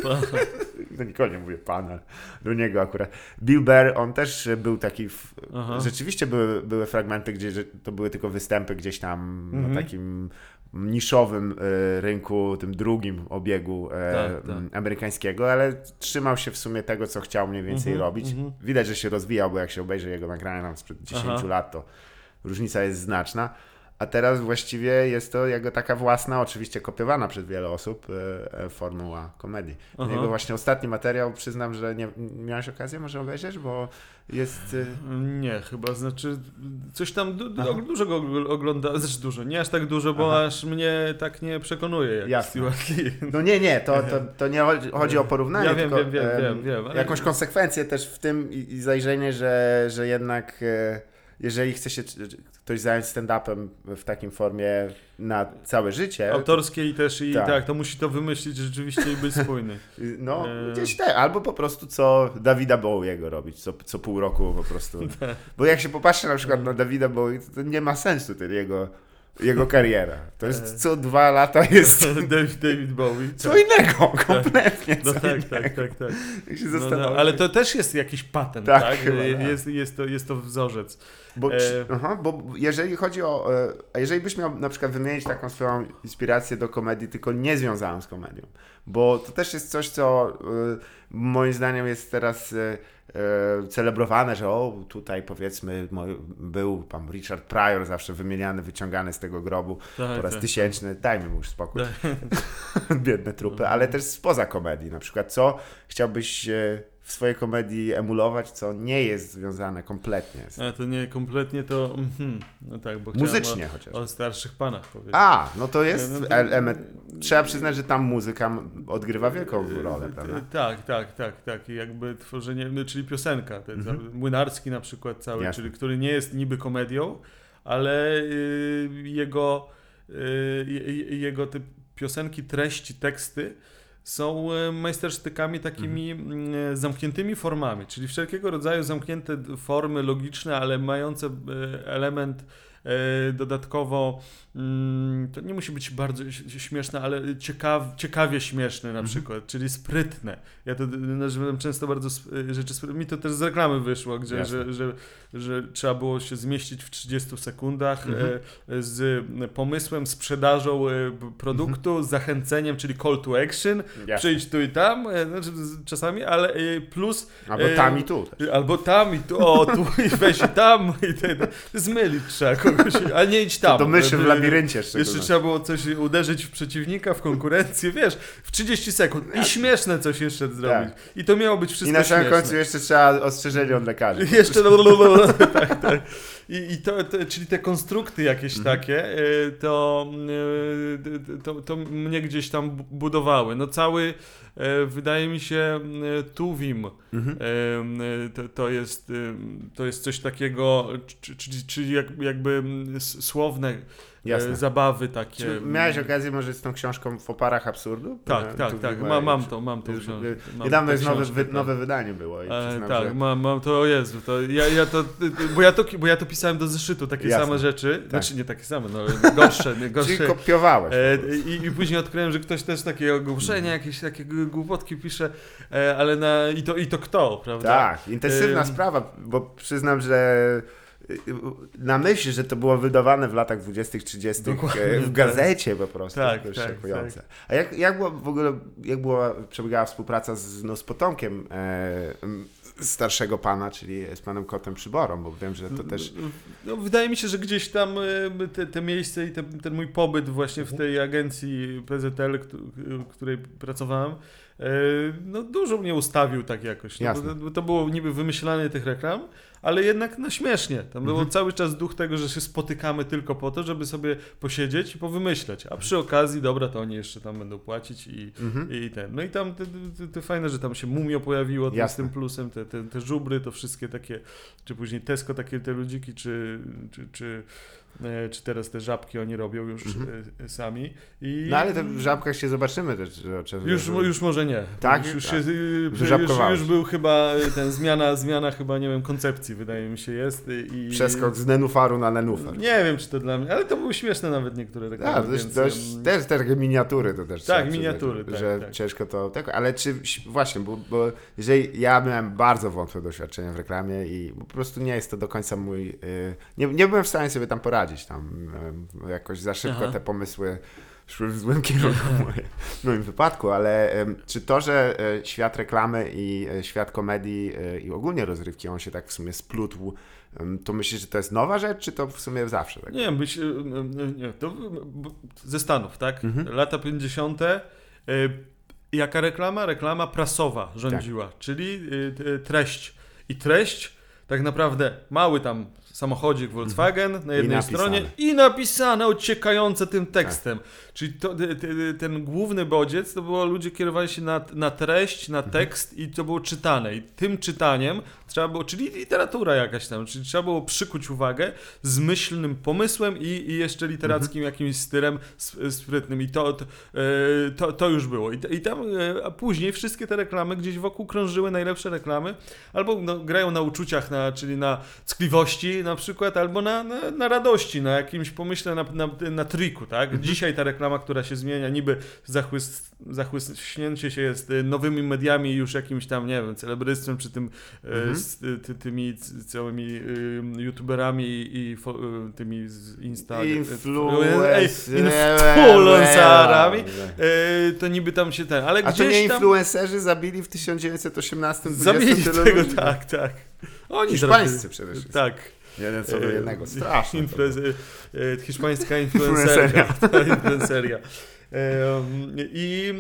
No nikogo nie mówię pan, ale do niego akurat. Bill Burr, on też był taki, rzeczywiście były fragmenty, gdzie to były tylko występy gdzieś tam na takim niszowym rynku, tym drugim obiegu amerykańskiego, ale trzymał się w sumie tego, co chciał mniej więcej robić. Widać, że się rozwijał, bo jak się obejrzy jego nagrania tam sprzed 10 lat, to różnica jest znaczna. A teraz właściwie jest to jego taka własna, oczywiście kopiowana przez wiele osób, formuła komedii. Jego właśnie ostatni materiał, przyznam, że nie miałeś okazję może obejrzeć, bo jest... Nie, chyba, znaczy coś tam dużo go ogląda, znaczy dużo, nie aż tak dużo, bo aż mnie tak nie przekonuje jak Stuart Lee. No nie, to nie chodzi o porównanie, ja wiem, tylko wiem, ale... jakąś konsekwencję też w tym i zajrzenie, że jednak... Jeżeli chce się ktoś zająć stand-upem w takim formie na całe życie... Autorskiej też i tak, to musi to wymyślić rzeczywiście i być spójny. No, gdzieś albo po prostu co Davida Bowiego robić, co pół roku po prostu. Bo jak się popatrzy na przykład na Davida Bowie, to nie ma sensu jego kariera. To jest co 2 lata jest David Bowie. Co innego, kompletnie No co tak. Jak się zastanawiam. Ale to też jest jakiś patent, tak? Jest to wzorzec. Bo jeżeli chodzi o... Jeżeli byś miał na przykład wymienić taką swoją inspirację do komedii, tylko nie związaną z komedią, bo to też jest coś, co moim zdaniem jest teraz celebrowane, że tutaj powiedzmy był pan Richard Pryor zawsze wymieniany, wyciągany z tego grobu po raz 1000. Dajmy mu już spokój. Biedne trupy, ale też spoza komedii. Na przykład co chciałbyś w swojej komedii emulować, co nie jest związane kompletnie z... A to nie kompletnie, to... No tak, bo muzycznie chociaż. O starszych panach powiedzieć. No to jest element... Trzeba przyznać, że tam muzyka odgrywa wielką rolę, prawda? Tak. Jakby tworzenie, czyli piosenka. Młynarski na przykład cały, czyli który nie jest niby komedią, ale jego te piosenki, treści, teksty są majstersztykami takimi zamkniętymi formami, czyli wszelkiego rodzaju zamknięte formy logiczne, ale mające element dodatkowo, to nie musi być bardzo śmieszne, ale ciekawie śmieszne na przykład, czyli sprytne. Ja to nazywam często bardzo rzeczy sprytne. Mi to też z reklamy wyszło, gdzie, że trzeba było się zmieścić w 30 sekundach z pomysłem, sprzedażą produktu, zachęceniem, czyli call to action, przyjdź tu i tam, znaczy czasami, ale plus... Albo tam i tu też. Albo tam i tu, tu i weź i tam, i zmylić trzeba kogoś, a nie idź tam. To myszy w labiryncie jeszcze trzeba było coś uderzyć w przeciwnika, w konkurencję, wiesz, w 30 sekund i śmieszne coś jeszcze zrobić. I to miało być wszystko i na samym śmieszne. końcu jeszcze trzeba ostrzeżenie od lekarzy. Jeszcze tak. I to, czyli te konstrukty jakieś takie, to mnie gdzieś tam budowały. No cały, wydaje mi się, Tuwim, to jest coś takiego, czyli jakby słowne Jasne. zabawy takie. Czy miałeś okazję może z tą książką w oparach absurdu? Tak. Mam tą książkę. Niedawno jest nowe wydanie było. I przyznam, tak, że... mam to, o Jezu, to bo ja to pisałem do zeszytu, takie Jasne. same rzeczy, Tak. znaczy nie takie same, no gorsze. Czyli kopiowałeś. I później odkryłem, że ktoś też takie ogłoszenia, jakieś takie głupotki pisze, ale i to kto, prawda? Tak, intensywna sprawa, bo przyznam, że na myśl, że to było wydawane w latach 20., 30. w gazecie po prostu. Tak, to jest tak, szokujące. tak. A jak była w ogóle, przebiegała współpraca z potomkiem starszego pana, czyli z panem Kotem Przyborą, bo wiem, że to też... No, wydaje mi się, że gdzieś tam te miejsce i ten mój pobyt właśnie w tej agencji PZL, w której pracowałem, no dużo mnie ustawił tak jakoś. No, bo to było niby wymyślanie tych reklam, ale jednak na śmiesznie. Tam było cały czas duch tego, że się spotykamy tylko po to, żeby sobie posiedzieć i powymyśleć. A przy okazji, dobra, to oni jeszcze tam będą płacić i ten. No i tam te fajne, że tam się Mumio pojawiło z tym plusem, te żubry, to wszystkie takie, czy później Tesco, takie te ludziki, czy teraz te żabki oni robią już sami. No ale to w żabkach się zobaczymy też. Już może nie. Tak? Już był chyba zmiana chyba, nie wiem, koncepcji wydaje mi się jest. Przeskok z nenufaru na nenufer. Nie wiem, czy to dla mnie, ale to były śmieszne nawet niektóre reklamy. Też takie miniatury to też. Tak, miniatury. Że ciężko to... Tak, ale czy właśnie, bo jeżeli ja miałem bardzo wątłe doświadczenie w reklamie i po prostu nie jest to do końca mój... Nie byłem w stanie sobie tam poradzić. Jakoś za szybko te pomysły szły w złym kierunku w moim wypadku, ale czy to, że świat reklamy i świat komedii i ogólnie rozrywki, on się tak w sumie splótł, to myślisz, że to jest nowa rzecz, czy to w sumie zawsze? Tak? Nie, to ze Stanów, tak? Lata 50. Jaka reklama? Reklama prasowa rządziła, czyli treść. I treść tak naprawdę mały tam samochodzik Volkswagen na jednej stronie i napisane ociekające tym tekstem. Tak. Czyli ten główny bodziec to było, ludzie kierowali się na treść, na tekst i to było czytane. I tym czytaniem trzeba było, czyli literatura jakaś tam, czyli trzeba było przykuć uwagę zmyślnym pomysłem i jeszcze literackim jakimś stylem sprytnym. I to już było. I tam, a później wszystkie te reklamy gdzieś wokół krążyły najlepsze reklamy, albo grają na uczuciach, czyli na ckliwości na przykład, albo na radości, na jakimś pomyśle, na triku, tak? Dzisiaj ta reklama, która się zmienia, niby zachłyśnięcie się jest nowymi mediami, już jakimś tam, nie wiem, celebryzmem, czy tymi całymi youtuberami i tymi z influencerami, to niby tam się ten, ale a gdzieś to nie tam... influencerzy zabili w 1918 Zabili tego, tak. Oni hiszpańscy przede wszystkim. Tak. Jeden co do jednego. Strasznie. Hiszpańska influenceria. I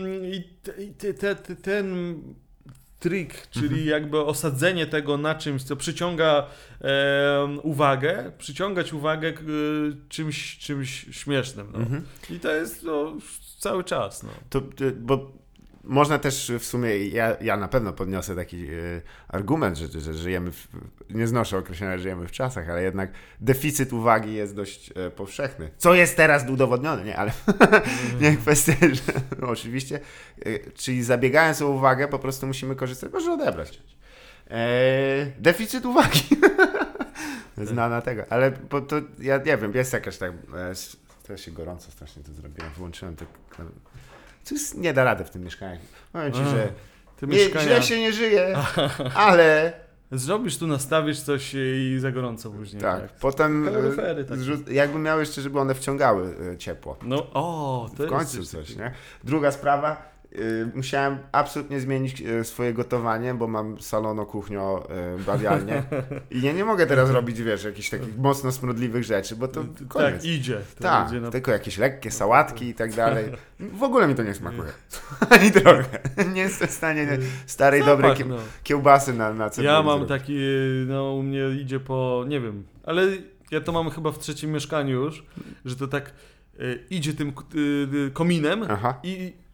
ten trik, czyli jakby osadzenie tego na czymś, co przyciąga uwagę, przyciągać uwagę czymś śmiesznym. No. I to jest cały czas. No. Bo można też w sumie, ja na pewno podniosę taki argument, że żyjemy nie znoszę określenia, że żyjemy w czasach, ale jednak deficyt uwagi jest dość powszechny. Co jest teraz udowodnione, nie? Ale nie kwestia, że oczywiście, czyli zabiegając o uwagę, po prostu musimy korzystać, może odebrać. Deficyt uwagi. Znana tego, ale bo to, ja nie wiem, jest jakaś tak, teraz się gorąco strasznie to zrobiłem, wyłączyłem to. Co jest, nie da rady w tym mieszkaniu. Powiem ci, że źle się nie żyje, ale... Zrobisz tu, nastawisz coś i za gorąco później. Tak, potem tak. jakby miały jeszcze, żeby one wciągały ciepło. To w końcu coś, nie? Druga sprawa, musiałem absolutnie zmienić swoje gotowanie, bo mam salono-kuchnio, bawialnię i nie mogę teraz robić, wiesz, jakichś takich mocno smrodliwych rzeczy, bo to koniec. Tak, idzie. Tak, tylko jakieś lekkie sałatki i tak dalej. W ogóle mi to nie smakuje. Ani trochę. Nie jestem w stanie starej, dobrej kiełbasy na cebuli ja mam zrobić. taki, u mnie idzie po, nie wiem, ale ja to mam chyba w trzecim mieszkaniu już, że to tak idzie tym kominem i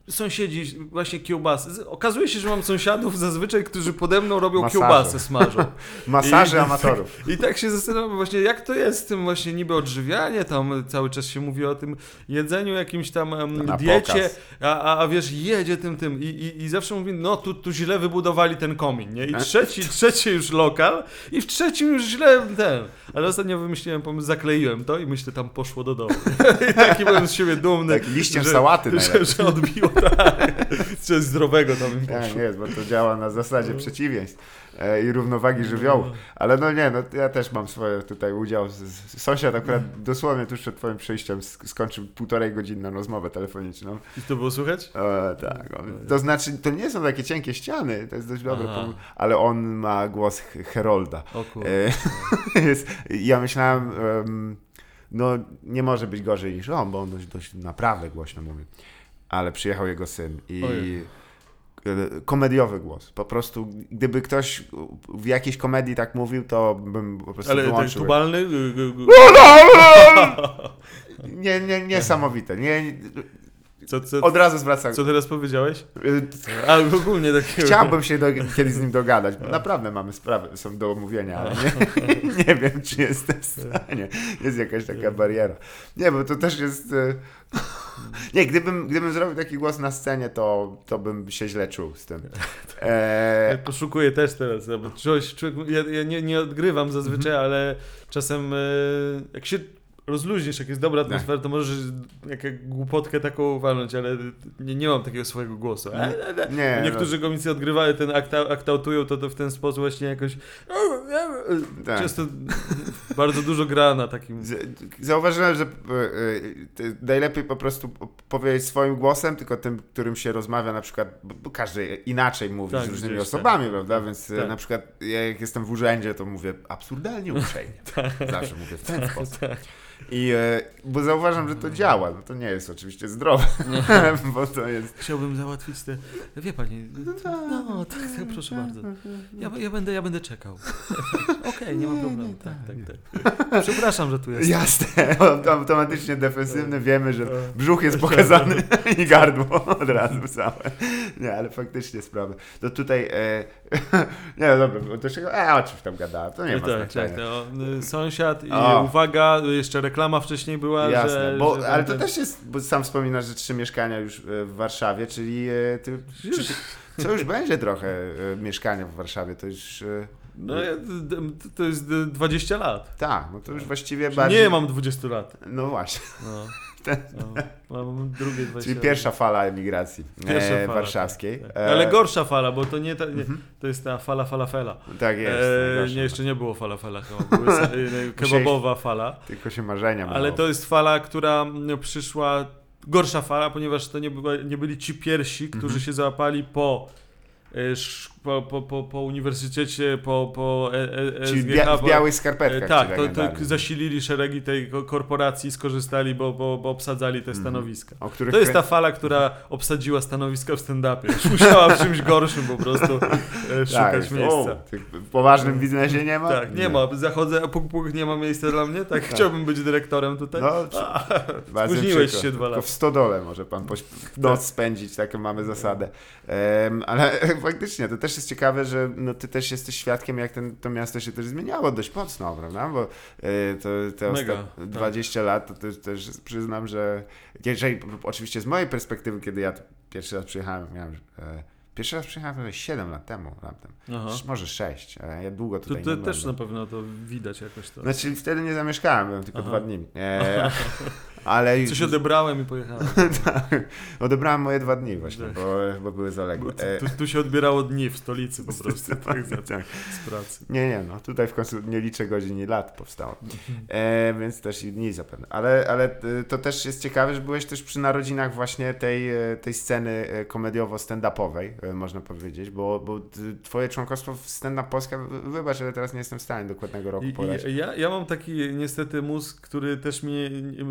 sąsiedzi właśnie kiełbasy. Okazuje się, że mam sąsiadów zazwyczaj, którzy pode mną robią Masaże. kiełbasę, smażą. Masaże amatorów. I tak się zastanawiam właśnie, jak to jest z tym właśnie niby odżywianie, tam cały czas się mówi o tym jedzeniu, jakimś tam Na diecie, pokaz. a wiesz, jedzie tym i zawsze mówi, no tu źle wybudowali ten komin, nie? I trzeci już lokal i w trzecim już źle ten. Ale ostatnio wymyśliłem pomysł, zakleiłem to i myślę, tam poszło do domu. I taki byłem z siebie dumny. Tak, liściem sałaty że odbiło, tak. Coś zdrowego tam im Nie, poszło. nie jest, bo to działa na zasadzie przeciwieństw i równowagi żywiołu. Ale no nie, no ja też mam swoje tutaj udział. Sąsiad akurat dosłownie tuż przed twoim przyjściem skończył 1,5-godzinną rozmowę telefoniczną. I to było słychać? Tak. To znaczy, to nie są takie cienkie ściany, to jest dość dobre, Aha. ale on ma głos Herolda. O kurde. Ja myślałem, no nie może być gorzej niż on, bo on dość naprawdę głośno mówi. Ale przyjechał jego syn i komediowy głos. Po prostu, gdyby ktoś w jakiejś komedii tak mówił, to bym po prostu Ale wyłączył. tubalny? Niesamowite. Co, Od razu zwracam. co teraz powiedziałeś? A ogólnie takiego... Chciałbym się kiedyś z nim dogadać, bo naprawdę mamy sprawy, są do omówienia, ale nie wiem, czy jestem w stanie. Jest jakaś taka bariera. Nie, bo to też jest... Nie, gdybym zrobił taki głos na scenie, to bym się źle czuł z tym. Ja poszukuję też teraz, bo ja nie odgrywam zazwyczaj, ale czasem jak się rozluźnisz, jak jest dobra atmosfera, to możesz jakąś głupotkę taką walnąć, ale nie mam takiego swojego głosu. Nie, Niektórzy komicy odgrywają ten aktautują to w ten sposób właśnie jakoś Tak. często bardzo dużo gra na takim... Zauważyłem, że najlepiej po prostu powiedzieć swoim głosem, tylko tym, którym się rozmawia na przykład, bo każdy inaczej mówi Tak, z różnymi gdzieś, osobami, tak. prawda? Więc Tak. na przykład ja jak jestem w urzędzie, to mówię absurdalnie uprzejmie. Zawsze mówię w ten sposób. I bo zauważam, że to działa. No to nie jest oczywiście zdrowe, bo to jest... Chciałbym załatwić te... Wie pani, no tak, proszę bardzo. Ja będę czekał. Okej, nie ma problemu. Tak. Przepraszam, że tu jest. Jasne, automatycznie defensywny, wiemy, że brzuch jest pokazany i gardło od razu całe. Nie, ale faktycznie sprawy. To tutaj... nie, no dobra, bo to się... o czymś tam gadałem, to nie ma znaczenia. Tak, sąsiad i O. uwaga, jeszcze reklama wcześniej była, Jasne, że ale to też jest, bo sam wspominasz, że 3 mieszkania już w Warszawie, czyli co już będzie trochę mieszkania w Warszawie, to już... No, to jest 20 lat. Tak, no to już właściwie Nie mam 20 lat. No właśnie. Mam drugie 20 Czyli lat. pierwsza fala emigracji Fala, warszawskiej. Tak. Ale gorsza fala, bo to nie to jest ta falafela. Tak jest. Nie, jeszcze nie było falafela, była kebabowa fala. Tylko się marzenia Ale to jest fala, która przyszła, gorsza fala, ponieważ to nie byli ci pierwsi, którzy się załapali po uniwersytecie, po Czyli SGH, w białych skarpetkach. tak, to zasilili szeregi tej korporacji, skorzystali, bo obsadzali te stanowiska. To jest ta fala, która obsadziła stanowiska w stand-upie. Już musiała w czymś gorszym po prostu szukać miejsca. W poważnym biznesie nie ma? Tak, nie ma. Zachodzę, a puk, nie ma miejsca dla mnie? Tak, chciałbym być dyrektorem tutaj. No, spóźniłeś się 2 lata. Tylko w stodole może pan noc spędzić, taką mamy zasadę. Ale faktycznie, to też jest ciekawe, że no, ty też jesteś świadkiem, jak to miasto się też zmieniało dość mocno, prawda? Bo te ostatnie 20 lat, to też przyznam, że jeżeli, oczywiście z mojej perspektywy, kiedy ja pierwszy raz przyjechałem, pierwszy raz przyjechałem 7 lat temu, może 6. Ja długo tutaj to nie też byłem. na pewno to widać jakoś to. Znaczy wtedy nie zamieszkałem, byłem tylko 2 dni. Ale coś odebrałem i pojechałem. Tak, odebrałem moje 2 dni właśnie, bo były zaległe. Tu się odbierało dni w stolicy po prostu, tak, z pracy. Nie, no tutaj w końcu nie liczę godzin i lat powstało, więc też i dni zapewne. Ale to też jest ciekawe, że byłeś też przy narodzinach właśnie tej sceny komediowo-stand-upowej, można powiedzieć, bo twoje członkostwo w Stand Up Polska, wybacz, ale teraz nie jestem w stanie dokładnego roku podać. Ja mam taki niestety mózg, który też mnie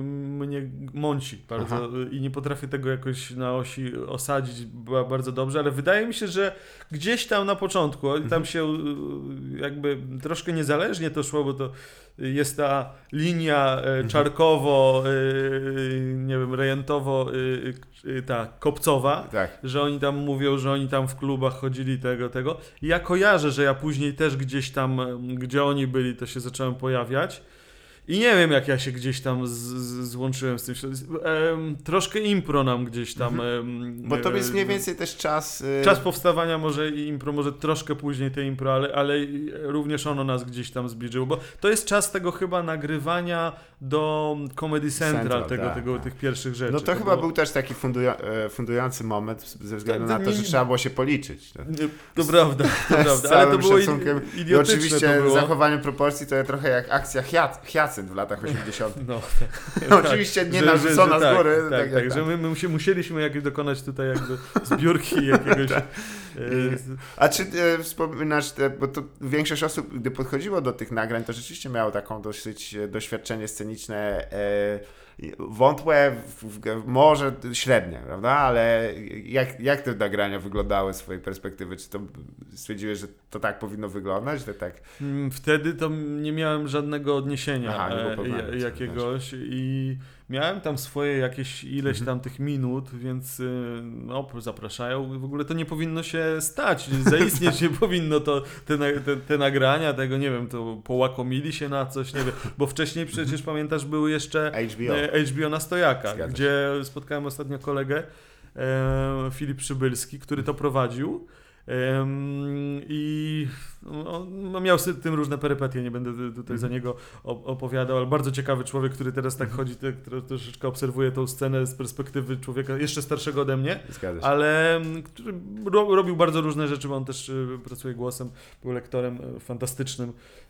mnie mąci bardzo i nie potrafię tego jakoś na osi osadzić bardzo dobrze, ale wydaje mi się, że gdzieś tam na początku, tam się jakby troszkę niezależnie to szło, bo to jest ta linia Czarkowo, nie wiem, Rejentowo, ta Kopcowa, Tak. że oni tam mówią, że oni tam w klubach chodzili tego. I ja kojarzę, że ja później też gdzieś tam, gdzie oni byli, to się zacząłem pojawiać. I nie wiem, jak ja się gdzieś tam złączyłem z tym. Troszkę impro nam gdzieś tam... Bo to jest mniej więcej też czas... Czas powstawania może i impro, może troszkę później te impro, ale również ono nas gdzieś tam zbliżyło, bo to jest czas tego chyba nagrywania do Comedy Central, tych pierwszych rzeczy. No to chyba był też taki fundujący moment ze względu na to, że trzeba było się policzyć. To prawda, ale to było idiotyczne. I oczywiście zachowanie proporcji to jest trochę jak akcja Hyacynt w latach 80. No, oczywiście nie narzucona z góry. Tak, że my musieliśmy jakieś dokonać tutaj jakby zbiórki jakiegoś... A czy wspominasz, bo to większość osób, gdy podchodziło do tych nagrań, to rzeczywiście miało taką dosyć doświadczenie sceniczne wątłe, może średnie, prawda? Ale jak te nagrania wyglądały z swojej perspektywy? Czy to stwierdziłeś, że to tak powinno wyglądać? Że tak... Wtedy to nie miałem żadnego odniesienia jakiegoś i miałem tam swoje jakieś ileś tam tych minut, więc no, zapraszają. W ogóle to nie powinno się stać, zaistnieć nie powinno to, te nagrania, tego nie wiem, to połakomili się na coś, nie wiem, bo wcześniej przecież pamiętasz były jeszcze HBO na Stojaka, gdzie spotkałem ostatnio kolegę, Filip Przybylski, który to prowadził. I no, miał z tym różne perypetie, nie będę tutaj za niego opowiadał, ale bardzo ciekawy człowiek, który teraz tak chodzi, który troszeczkę obserwuje tą scenę z perspektywy człowieka jeszcze starszego ode mnie, ale który robił bardzo różne rzeczy, bo on też pracuje głosem, był lektorem fantastycznym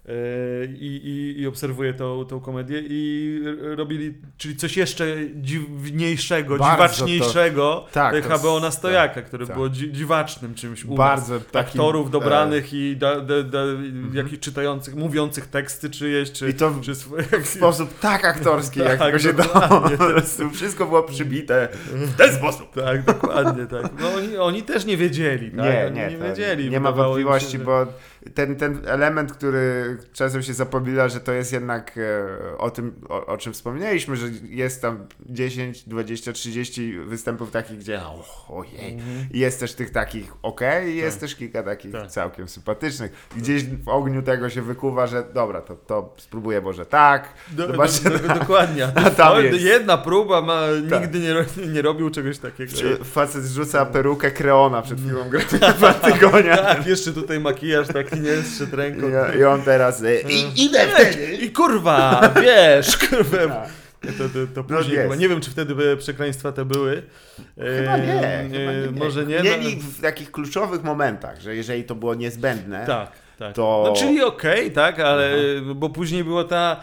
i obserwuje tą komedię i robili, czyli coś jeszcze dziwniejszego, dziwaczniejszego, HBO na Stojaka, które było dziwacznym czymś u nas. Aktorów dobranych i jakichś czytających, mówiących teksty czyjeś, i to w sposób tak aktorski, jak tylko się dało. Wszystko było przybite w ten sposób. Tak, dokładnie tak. No oni też nie wiedzieli. Tak? Nie wiedzieli. Nie ma wątpliwości, bo ten element, który czasem się zapomina, że to jest jednak o tym, o czym wspomnieliśmy, że jest tam 10, 20, 30 występów takich, gdzie ojej. I jest też tych takich i jest też kilka takich całkiem sympatycznych. Gdzieś w ogniu tego się wykuwa, że dobra, to spróbuję może tak. Dokładnie. Jedna próba, nigdy nie robił czegoś takiego. Facet rzuca perukę Kreona przed chwilą grania 2 tygodnie. Tak, jeszcze tutaj makijaż taki nie zszedł ręką. I on teraz idę wtedy. I kurwa, wiesz, kurwa. To później chyba. Nie wiem, czy wtedy przekleństwa te były. Chyba nie. Może nie. Mieli w takich kluczowych momentach, że jeżeli to było niezbędne, tak. To... No, czyli tak, ale bo później była ta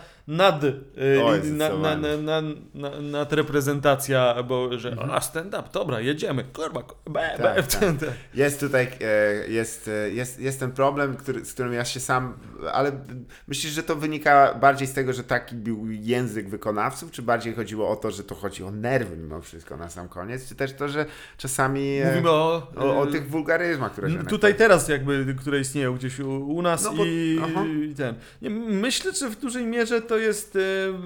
nadreprezentacja, bo że stand-up, dobra, jedziemy, kurwa, Jest tutaj, jest ten problem, z którym ja się sam, ale myślisz, że to wynika bardziej z tego, że taki był język wykonawców, czy bardziej chodziło o to, że to chodzi o nerwy mimo wszystko na sam koniec, czy też to, że czasami mówimy o tych wulgaryzmach, które się tutaj teraz jakby, które istnieją gdzieś u nas i ten. Myślę, że w dużej mierze to jest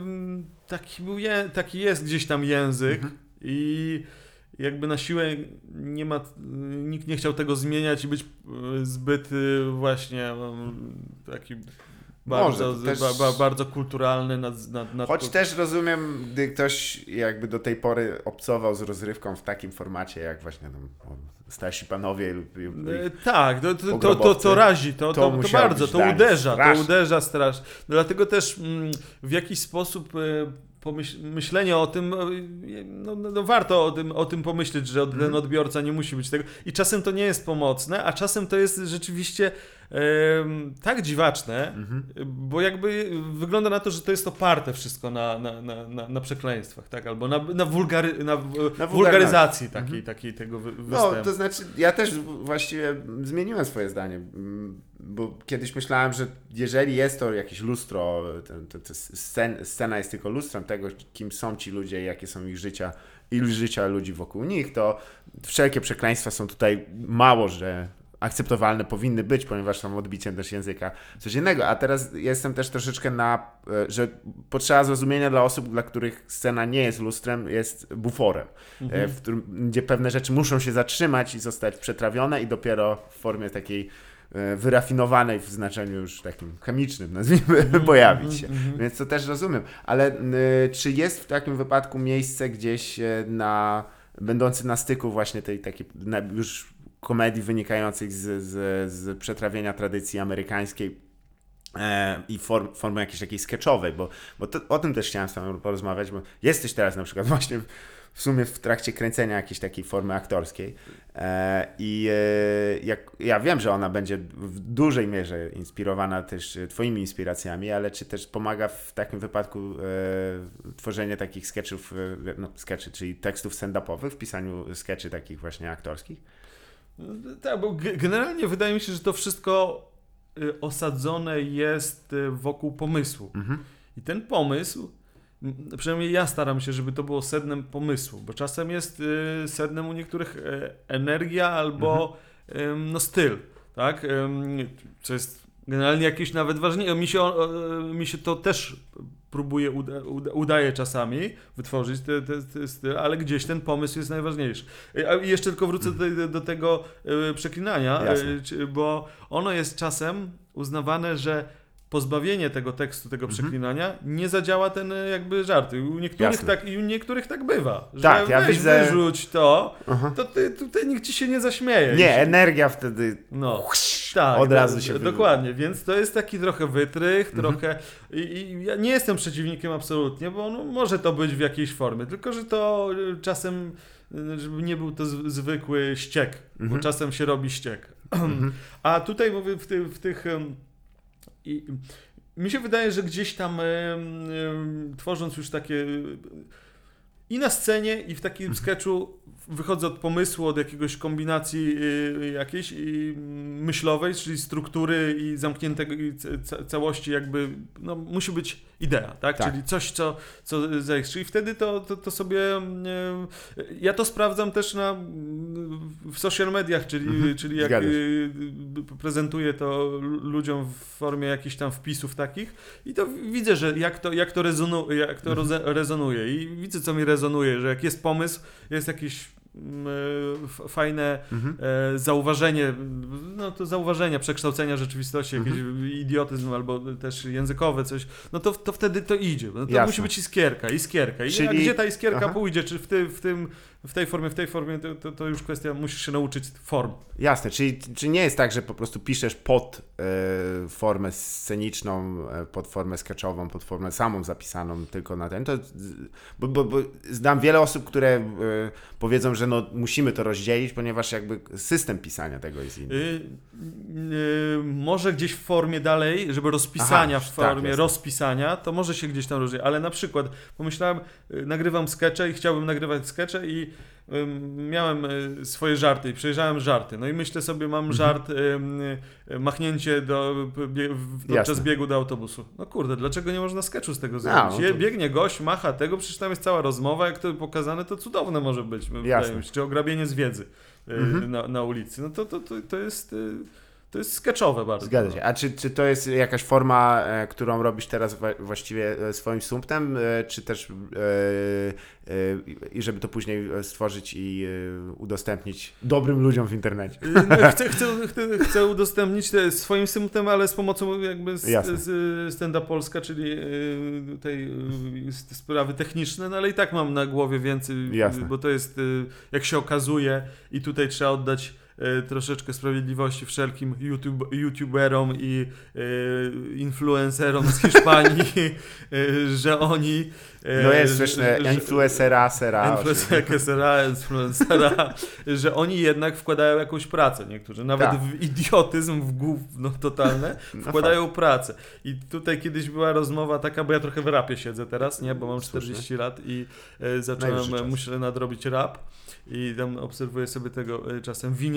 taki jest gdzieś tam język i jakby na siłę nikt nie chciał tego zmieniać i być zbyt właśnie taki bardzo kulturalny. Choć też rozumiem, gdy ktoś jakby do tej pory obcował z rozrywką w takim formacie, jak właśnie starsi panowie lub tak, to razi, to bardzo, to uderza strasznie. Dlatego też w jakiś sposób myślenie o tym, no warto o tym pomyśleć, że ten odbiorca nie musi być tego. I czasem to nie jest pomocne, a czasem to jest rzeczywiście tak dziwaczne, bo jakby wygląda na to, że to jest oparte wszystko na przekleństwach, tak? Albo na wulgaryzacji takiej tego występu. No, to znaczy ja też właściwie zmieniłem swoje zdanie. bo kiedyś myślałem, że jeżeli jest to jakieś lustro, scena jest tylko lustrem tego, kim są ci ludzie, jakie są ich życia, ilość życia ludzi wokół nich, to wszelkie przekleństwa są tutaj mało, że akceptowalne powinny być, ponieważ są odbiciem też języka codziennego. A teraz jestem też troszeczkę że potrzeba zrozumienia dla osób, dla których scena nie jest lustrem, jest buforem, gdzie pewne rzeczy muszą się zatrzymać i zostać przetrawione i dopiero w formie takiej wyrafinowanej w znaczeniu już takim chemicznym, nazwijmy, pojawić się. Więc to też rozumiem. Ale czy jest w takim wypadku miejsce gdzieś będący na styku właśnie tej takiej już komedii wynikających z przetrawienia tradycji amerykańskiej i formy jakiejś takiej sketchowej, bo o tym też chciałem z tobą porozmawiać, bo jesteś teraz na przykład właśnie w sumie w trakcie kręcenia jakiejś takiej formy aktorskiej ja wiem, że ona będzie w dużej mierze inspirowana też twoimi inspiracjami, ale czy też pomaga w takim wypadku tworzenie takich sketchów, sketchy, czyli tekstów stand-upowych, w pisaniu sketchy takich właśnie aktorskich? Tak, bo generalnie wydaje mi się, że to wszystko osadzone jest wokół pomysłu. I ten pomysł, przynajmniej ja staram się, żeby to było sednem pomysłu, bo czasem jest sednem u niektórych energia albo styl, tak? Co jest generalnie jakieś nawet ważniejsze. Mi się to też udaje czasami wytworzyć te styl, ale gdzieś ten pomysł jest najważniejszy. I jeszcze tylko wrócę do tego przeklinania, bo ono jest czasem uznawane, że pozbawienie tego tekstu, tego przeklinania nie zadziała ten jakby żart. U niektórych tak bywa, że tak, ja widzę... wyrzuć to tutaj nikt ci się nie zaśmieje. Nie, energia wtedy tak, od razu się dokładnie, więc to jest taki trochę wytrych, trochę i ja nie jestem przeciwnikiem absolutnie, bo może to być w jakiejś formie, tylko że to czasem, żeby nie był to zwykły ściek, bo czasem się robi ściek. A tutaj mówię w tych i mi się wydaje, że gdzieś tam tworząc już takie i na scenie, i w takim sketchu wychodzę od pomysłu, od jakiegoś kombinacji jakiejś myślowej, czyli struktury i zamkniętego całości jakby, musi być idea, tak? Czyli coś, co zaistrzy. I wtedy to sobie... Ja to sprawdzam też w social mediach, czyli jak prezentuję to ludziom w formie jakichś tam wpisów takich i to widzę, że jak to rezonuje i widzę, co mi rezonuje, że jak jest pomysł, jest jakieś fajne zauważenie, to zauważenia, przekształcenia rzeczywistości, jakiś idiotyzm albo też językowe coś, to wtedy to idzie. To musi być iskierka. I gdzie ta iskierka pójdzie, czy w tej formie, to już kwestia, musisz się nauczyć form. Jasne, czyli nie jest tak, że po prostu piszesz pod formę sceniczną, pod formę sketchową, pod formę samą zapisaną tylko na ten, bo znam wiele osób, które powiedzą, że musimy to rozdzielić, ponieważ jakby system pisania tego jest inny. Może gdzieś w formie dalej, żeby rozpisania, w formie rozpisania, to może się gdzieś tam rozdzielić, ale na przykład pomyślałem, nagrywam skecze i chciałbym nagrywać skecze i miałem swoje żarty i przejrzałem żarty. No i myślę sobie, mam żart, machnięcie podczas biegu do autobusu. No kurde, dlaczego nie można sketchu z tego zrobić? Biegnie gość, macha tego, przecież tam jest cała rozmowa, jak to pokazane, to cudowne może być. Wydaje mi się, czy ograbienie z wiedzy na ulicy. No to jest... To jest sketchowe bardzo. Zgadza się. A czy to jest jakaś forma, którą robisz teraz właściwie swoim sumptem, czy też i żeby to później stworzyć i udostępnić dobrym ludziom w internecie? Chcę udostępnić swoim sumptem, ale z pomocą jakby Stand-Up Polska, czyli tej sprawy techniczne, ale i tak mam na głowie więcej, bo to jest, jak się okazuje, i tutaj trzeba oddać troszeczkę sprawiedliwości wszelkim youtuberom i influencerom z Hiszpanii, że oni... jest śmieszne, influencera, że oni jednak wkładają jakąś pracę, niektórzy, nawet w idiotyzm, w gówno totalne, wkładają pracę. I tutaj kiedyś była rozmowa taka, bo ja trochę w rapie siedzę teraz, nie, bo mam 40 lat i muszę nadrobić rap. I tam obserwuję sobie tego czasem Winiego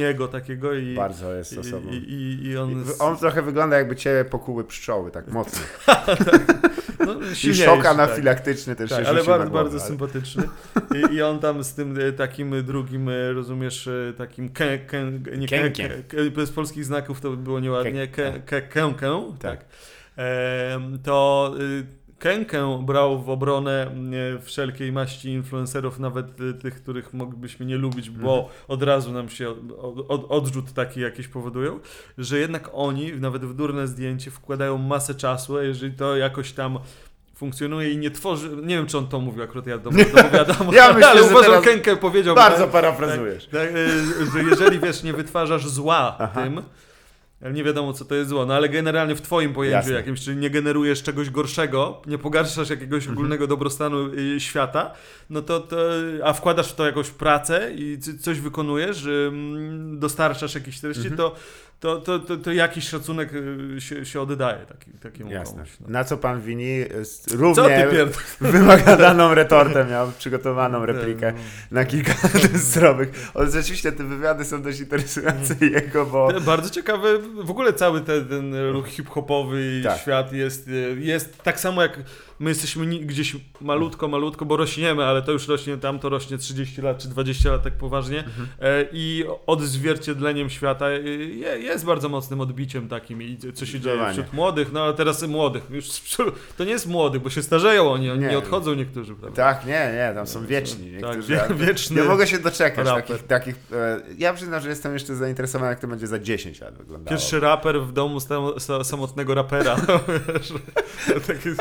jego takiego i... Bardzo jest osobą. I on... On trochę wygląda, jakby cię pokuły pszczoły, tak mocno. No, I szok anafilaktyczny też się ale rzucił na bardzo, głowę, bardzo sympatyczny. I on tam z tym takim drugim, rozumiesz, takim bez polskich znaków to by było nieładnie, kękę, tak. To Kękę brał w obronę wszelkiej maści influencerów, nawet tych, których moglibyśmy nie lubić, bo od razu nam się odrzut taki jakiś powodują, że jednak oni, nawet w durne zdjęcie, wkładają masę czasu, a jeżeli to jakoś tam funkcjonuje i nie tworzy, nie wiem, czy on to mówił, akurat ja dopowiadam, ja myślę, ale że uważam, Kękę powiedział... Bardzo parafrazujesz. Że jeżeli, wiesz, nie wytwarzasz zła tym, nie wiadomo, co to jest zło, no ale generalnie w twoim pojęciu jakimś, czyli nie generujesz czegoś gorszego, nie pogarszasz jakiegoś ogólnego dobrostanu świata, no to a wkładasz w to jakąś pracę i coś wykonujesz, dostarczasz jakieś treści, to jakiś szacunek się oddaje takiemu komuś. No. Na co pan Wini równie wymaganą retortę miał, przygotowaną replikę na kilka testowych. Rzeczywiście te wywiady są dość interesujące jego, bo... Bardzo ciekawe, w ogóle cały ten ruch hip-hopowy świat jest tak samo jak my jesteśmy gdzieś malutko, bo rośniemy, ale to już rośnie, tam to rośnie 30 lat czy 20 lat tak poważnie i odzwierciedleniem świata jest bardzo mocnym odbiciem takim i co się dzieje wśród młodych, no ale teraz młodych, już to nie jest młodych, bo się starzeją oni nie odchodzą niektórzy, prawda? Tak, nie, tam są wieczni niektórzy. Wieczny. Nie mogę się doczekać takich ja przyznam, że jestem jeszcze zainteresowany, jak to będzie za 10 lat wyglądało. Pierwszy raper w domu samotnego rapera. Takie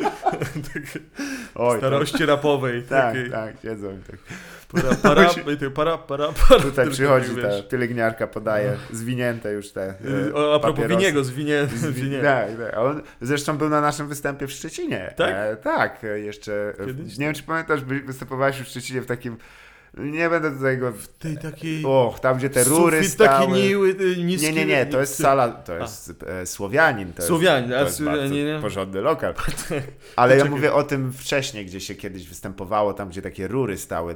starości rapowej. Tak, siedzą. Para. Tutaj przychodzi ta pielęgniarka, podaje zwinięte już te a propos Winiego, zwinięte. Tak. On zresztą był na naszym występie w Szczecinie. Tak? Tak, jeszcze. Kiedyś? Nie wiem, czy pamiętasz, występowałeś w Szczecinie w takim... Nie będę tutaj go... W tej takiej... tam gdzie te rury stały. Taki niski... Nie, to jest sala, to jest Słowianin. Słowianin, to jest bardzo porządny lokal. Ale ja mówię o tym wcześniej, gdzie się kiedyś występowało, tam gdzie takie rury stały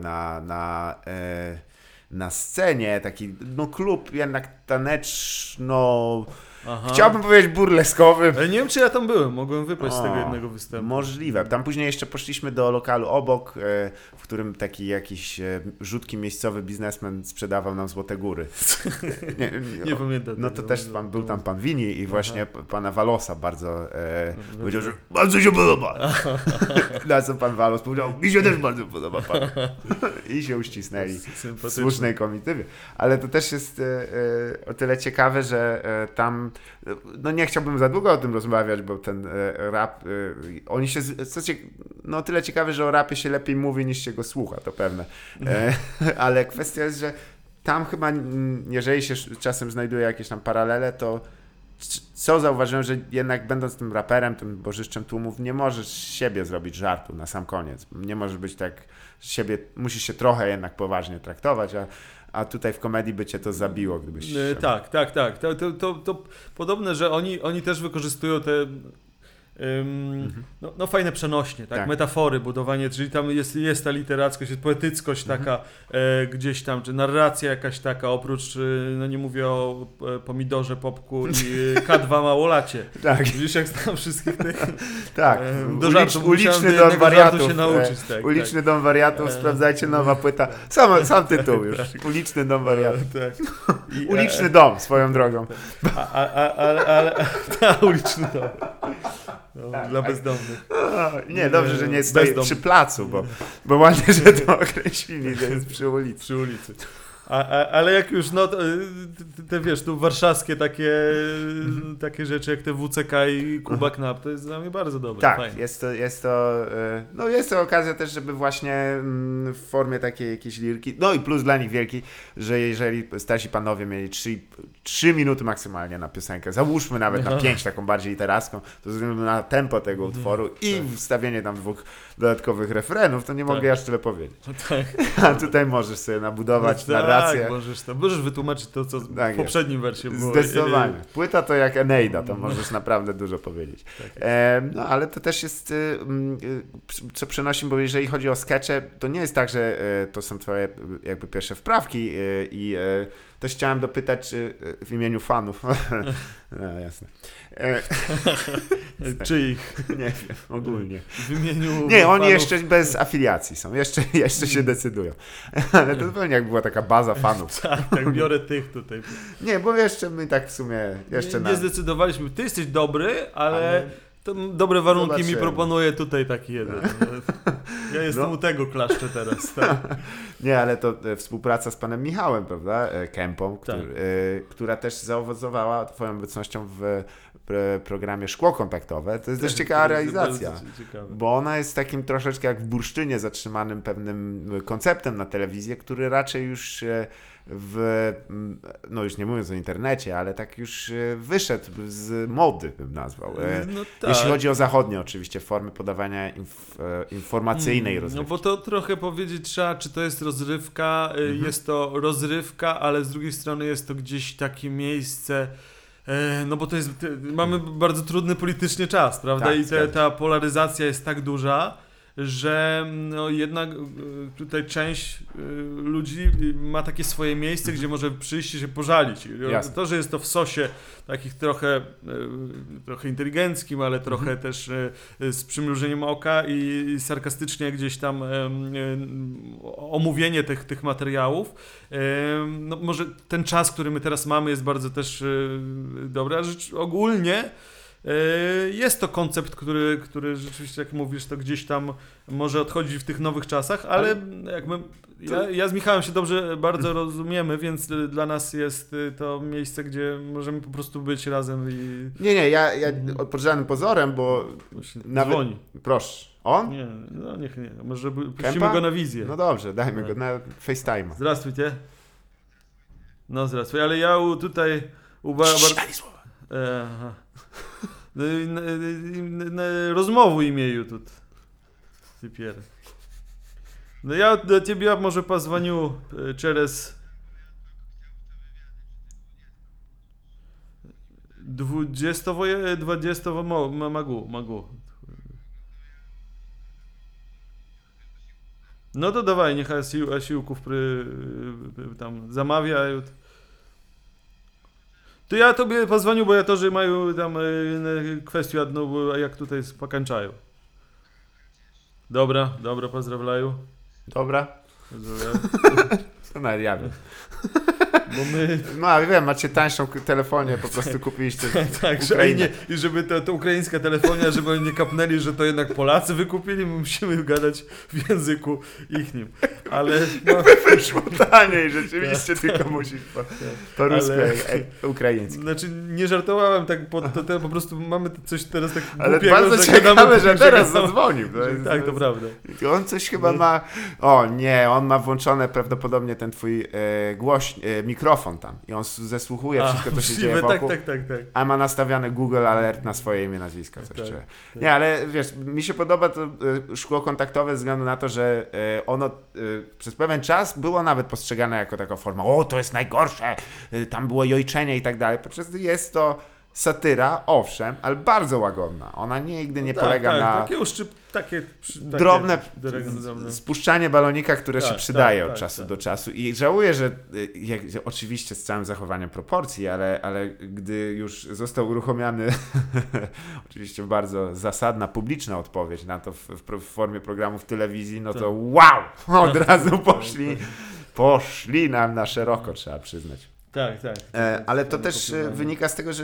na scenie, taki klub jednak taneczno... Chciałbym powiedzieć burleskowy. Ale nie wiem, czy ja tam byłem. Mogłem wypaść z tego jednego występu. Możliwe. Tam później jeszcze poszliśmy do lokalu obok, w którym taki jakiś rzutki miejscowy biznesmen sprzedawał nam Złote Góry. Nie pamiętam. No to też był tam pan Wini i właśnie pana Walosa bardzo powiedział, że bardzo się podoba. Na co pan Walos powiedział, mi się też bardzo podoba pan. I się uścisnęli w słusznej komitywie. Ale to też jest o tyle ciekawe, że tam nie chciałbym za długo o tym rozmawiać, bo ten rap, oni się, o tyle ciekawe, że o rapie się lepiej mówi niż się go słucha, to pewne. Ale kwestia jest, że tam chyba, jeżeli się czasem znajduje jakieś tam paralele, to co zauważyłem, że jednak będąc tym raperem, tym bożyszczem tłumów, nie możesz siebie zrobić żartu na sam koniec. Nie możesz być tak siebie, musisz się trochę jednak poważnie traktować, a tutaj w komedii by cię to zabiło, gdybyś... Tak. To podobne, że oni też wykorzystują te fajne przenośnie, tak? Metafory, budowanie, czyli tam jest ta literackość, jest poetyckość taka gdzieś tam, czy narracja jakaś taka, oprócz, nie mówię o pomidorze, popku i K2 małolacie. Tak. Widzisz, jak znam wszystkich tych... Tak, do żartu, uliczny dom wariatów. Się nauczyć, uliczny dom wariatów, sprawdzajcie, nowa płyta. Sam tytuł już. Uliczny dom wariatów. Uliczny dom, swoją drogą. Uliczny dom. Dla bezdomnych. Nie, dobrze, że nie stoi przy placu, bo ładnie, że to określili, że jest przy ulicy. Przy ulicy. Ale jak już, te wiesz, tu warszawskie takie rzeczy jak te WCK i Kuba Knap, to jest dla mnie bardzo dobre. Tak, fajnie. jest to okazja też, żeby właśnie w formie takiej jakiejś lirki, no i plus dla nich wielki, że jeżeli starsi panowie mieli 3 minuty maksymalnie na piosenkę, załóżmy nawet na 5 taką bardziej literacką, to ze względu na tempo tego utworu i wstawienie tam 2 dodatkowych refrenów, to nie mogę aż tyle powiedzieć. A tutaj możesz sobie nabudować narrację. Możesz wytłumaczyć to, co w poprzednim wersie było. Zdecydowanie. Płyta to jak Eneida, to możesz naprawdę dużo powiedzieć. Ale to też jest, co przenosi, bo jeżeli chodzi o skecze, to nie jest tak, że to są twoje jakby pierwsze wprawki i Też chciałem dopytać, czy w imieniu fanów, no jasne. Czyich? Nie wiem, ogólnie. W imieniu Nie, oni fanów... jeszcze bez afiliacji są, jeszcze się decydują. Ale to zupełnie jak była taka baza fanów. Tak, biorę tych tutaj. Nie, bo jeszcze my tak w sumie, Nie zdecydowaliśmy, ty jesteś dobry, ale to dobre warunki mi proponuje tutaj taki jeden. Ja jestem u tego klaszczę teraz. Tak. Nie, ale to współpraca z panem Michałem, prawda, Kępą, która też zaowocowała twoją obecnością w programie Szkło Kontaktowe. To jest dość ciekawa realizacja, bo ona jest takim troszeczkę jak w bursztynie zatrzymanym pewnym konceptem na telewizję, który raczej już no już nie mówiąc o internecie, ale tak już wyszedł z mody, bym nazwał. No tak. Jeśli chodzi o zachodnie oczywiście formy podawania informacyjnej rozrywki. No bo to trochę powiedzieć trzeba, czy to jest rozrywka, jest to rozrywka, ale z drugiej strony jest to gdzieś takie miejsce, no bo to jest, mamy bardzo trudny politycznie czas, prawda? Tak, i ta polaryzacja jest tak duża, że no jednak tutaj część ludzi ma takie swoje miejsce, gdzie może przyjść i się pożalić. Jasne. To, że jest to w sosie takich trochę inteligenckim, ale trochę też z przymrużeniem oka i sarkastycznie gdzieś tam omówienie tych materiałów. No może ten czas, który my teraz mamy, jest bardzo też dobry, a rzecz ogólnie jest to koncept, który rzeczywiście, jak mówisz, to gdzieś tam może odchodzić w tych nowych czasach, ale jak ja z Michałem się dobrze bardzo rozumiemy, więc dla nas jest to miejsce, gdzie możemy po prostu być razem i... Nie, ja pod żadnym pozorem, bo... Nawet... Dzwoni. Proszę. On? Nie, no niech nie. Może puścimy go na wizję. No dobrze, dajmy go na FaceTime'a. Zdrastujcie. No zdrastwuj, ale ja tutaj... słowa. Aha. Rozmowu imieju tu. Теперь. No ja do ciebie może pozwonił przez 20 могу. No to dawaj, niech asiłków tam zamawiają. To ja tobie pozwonił, bo ja to, że mają tam kwestię jedną, jak tutaj pokańczają. Dobra, pozdrawiam. Dobra. No ja wiem. Bo my... No wiem, macie tańszą telefonię, po prostu kupiliście tak, i żeby to ukraińska telefonia, żeby oni nie kapnęli, że to jednak Polacy wykupili, my musimy gadać w języku ichnim. Ale... No... Wyszło taniej, rzeczywiście, tylko musisz po rusku, ukraińsku. Znaczy, nie żartowałem tak, po prostu mamy coś teraz tak ale głupiego, bardzo ciekawe, że teraz zadzwonił. Tak, to prawda. On coś chyba ma... O nie, on ma włączone prawdopodobnie ten twój mikrofon tam i on zesłuchuje wszystko, co się dzieje wokół. Tak. A ma nastawiany Google Alert na swoje imię, nazwiska, coś tak. Nie, ale wiesz, mi się podoba to szkło kontaktowe ze względu na to, że ono przez pewien czas było nawet postrzegane jako taka forma, o, to jest najgorsze, tam było jojczenie i tak dalej, podczas gdy jest to satyra, owszem, ale bardzo łagodna. Ona nigdy nie polega na takie drobne spuszczanie balonika, które się przydaje od czasu do czasu. I żałuję, że oczywiście z całym zachowaniem proporcji, ale gdy już został uruchomiony oczywiście bardzo zasadna, publiczna odpowiedź na to w formie programów telewizji, no to wow! Od razu poszli nam na szeroko, trzeba przyznać. Tak. Ale to też wynika z tego, że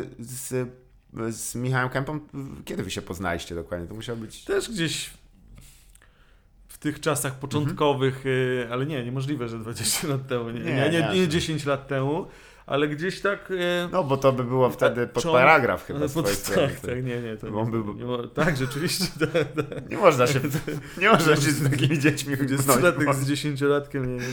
z Michałem Kępą, kiedy wy się poznaliście dokładnie? To musiało być... Też gdzieś w tych czasach początkowych, ale niemożliwe, że 20 lat temu, nie 10 lat temu, ale gdzieś tak... No, bo to by było wtedy pod paragraf chyba z twojej strony. Tak, nie. To tak, rzeczywiście. Nie można się z takimi dziećmi latek z 10-latkiem, nie.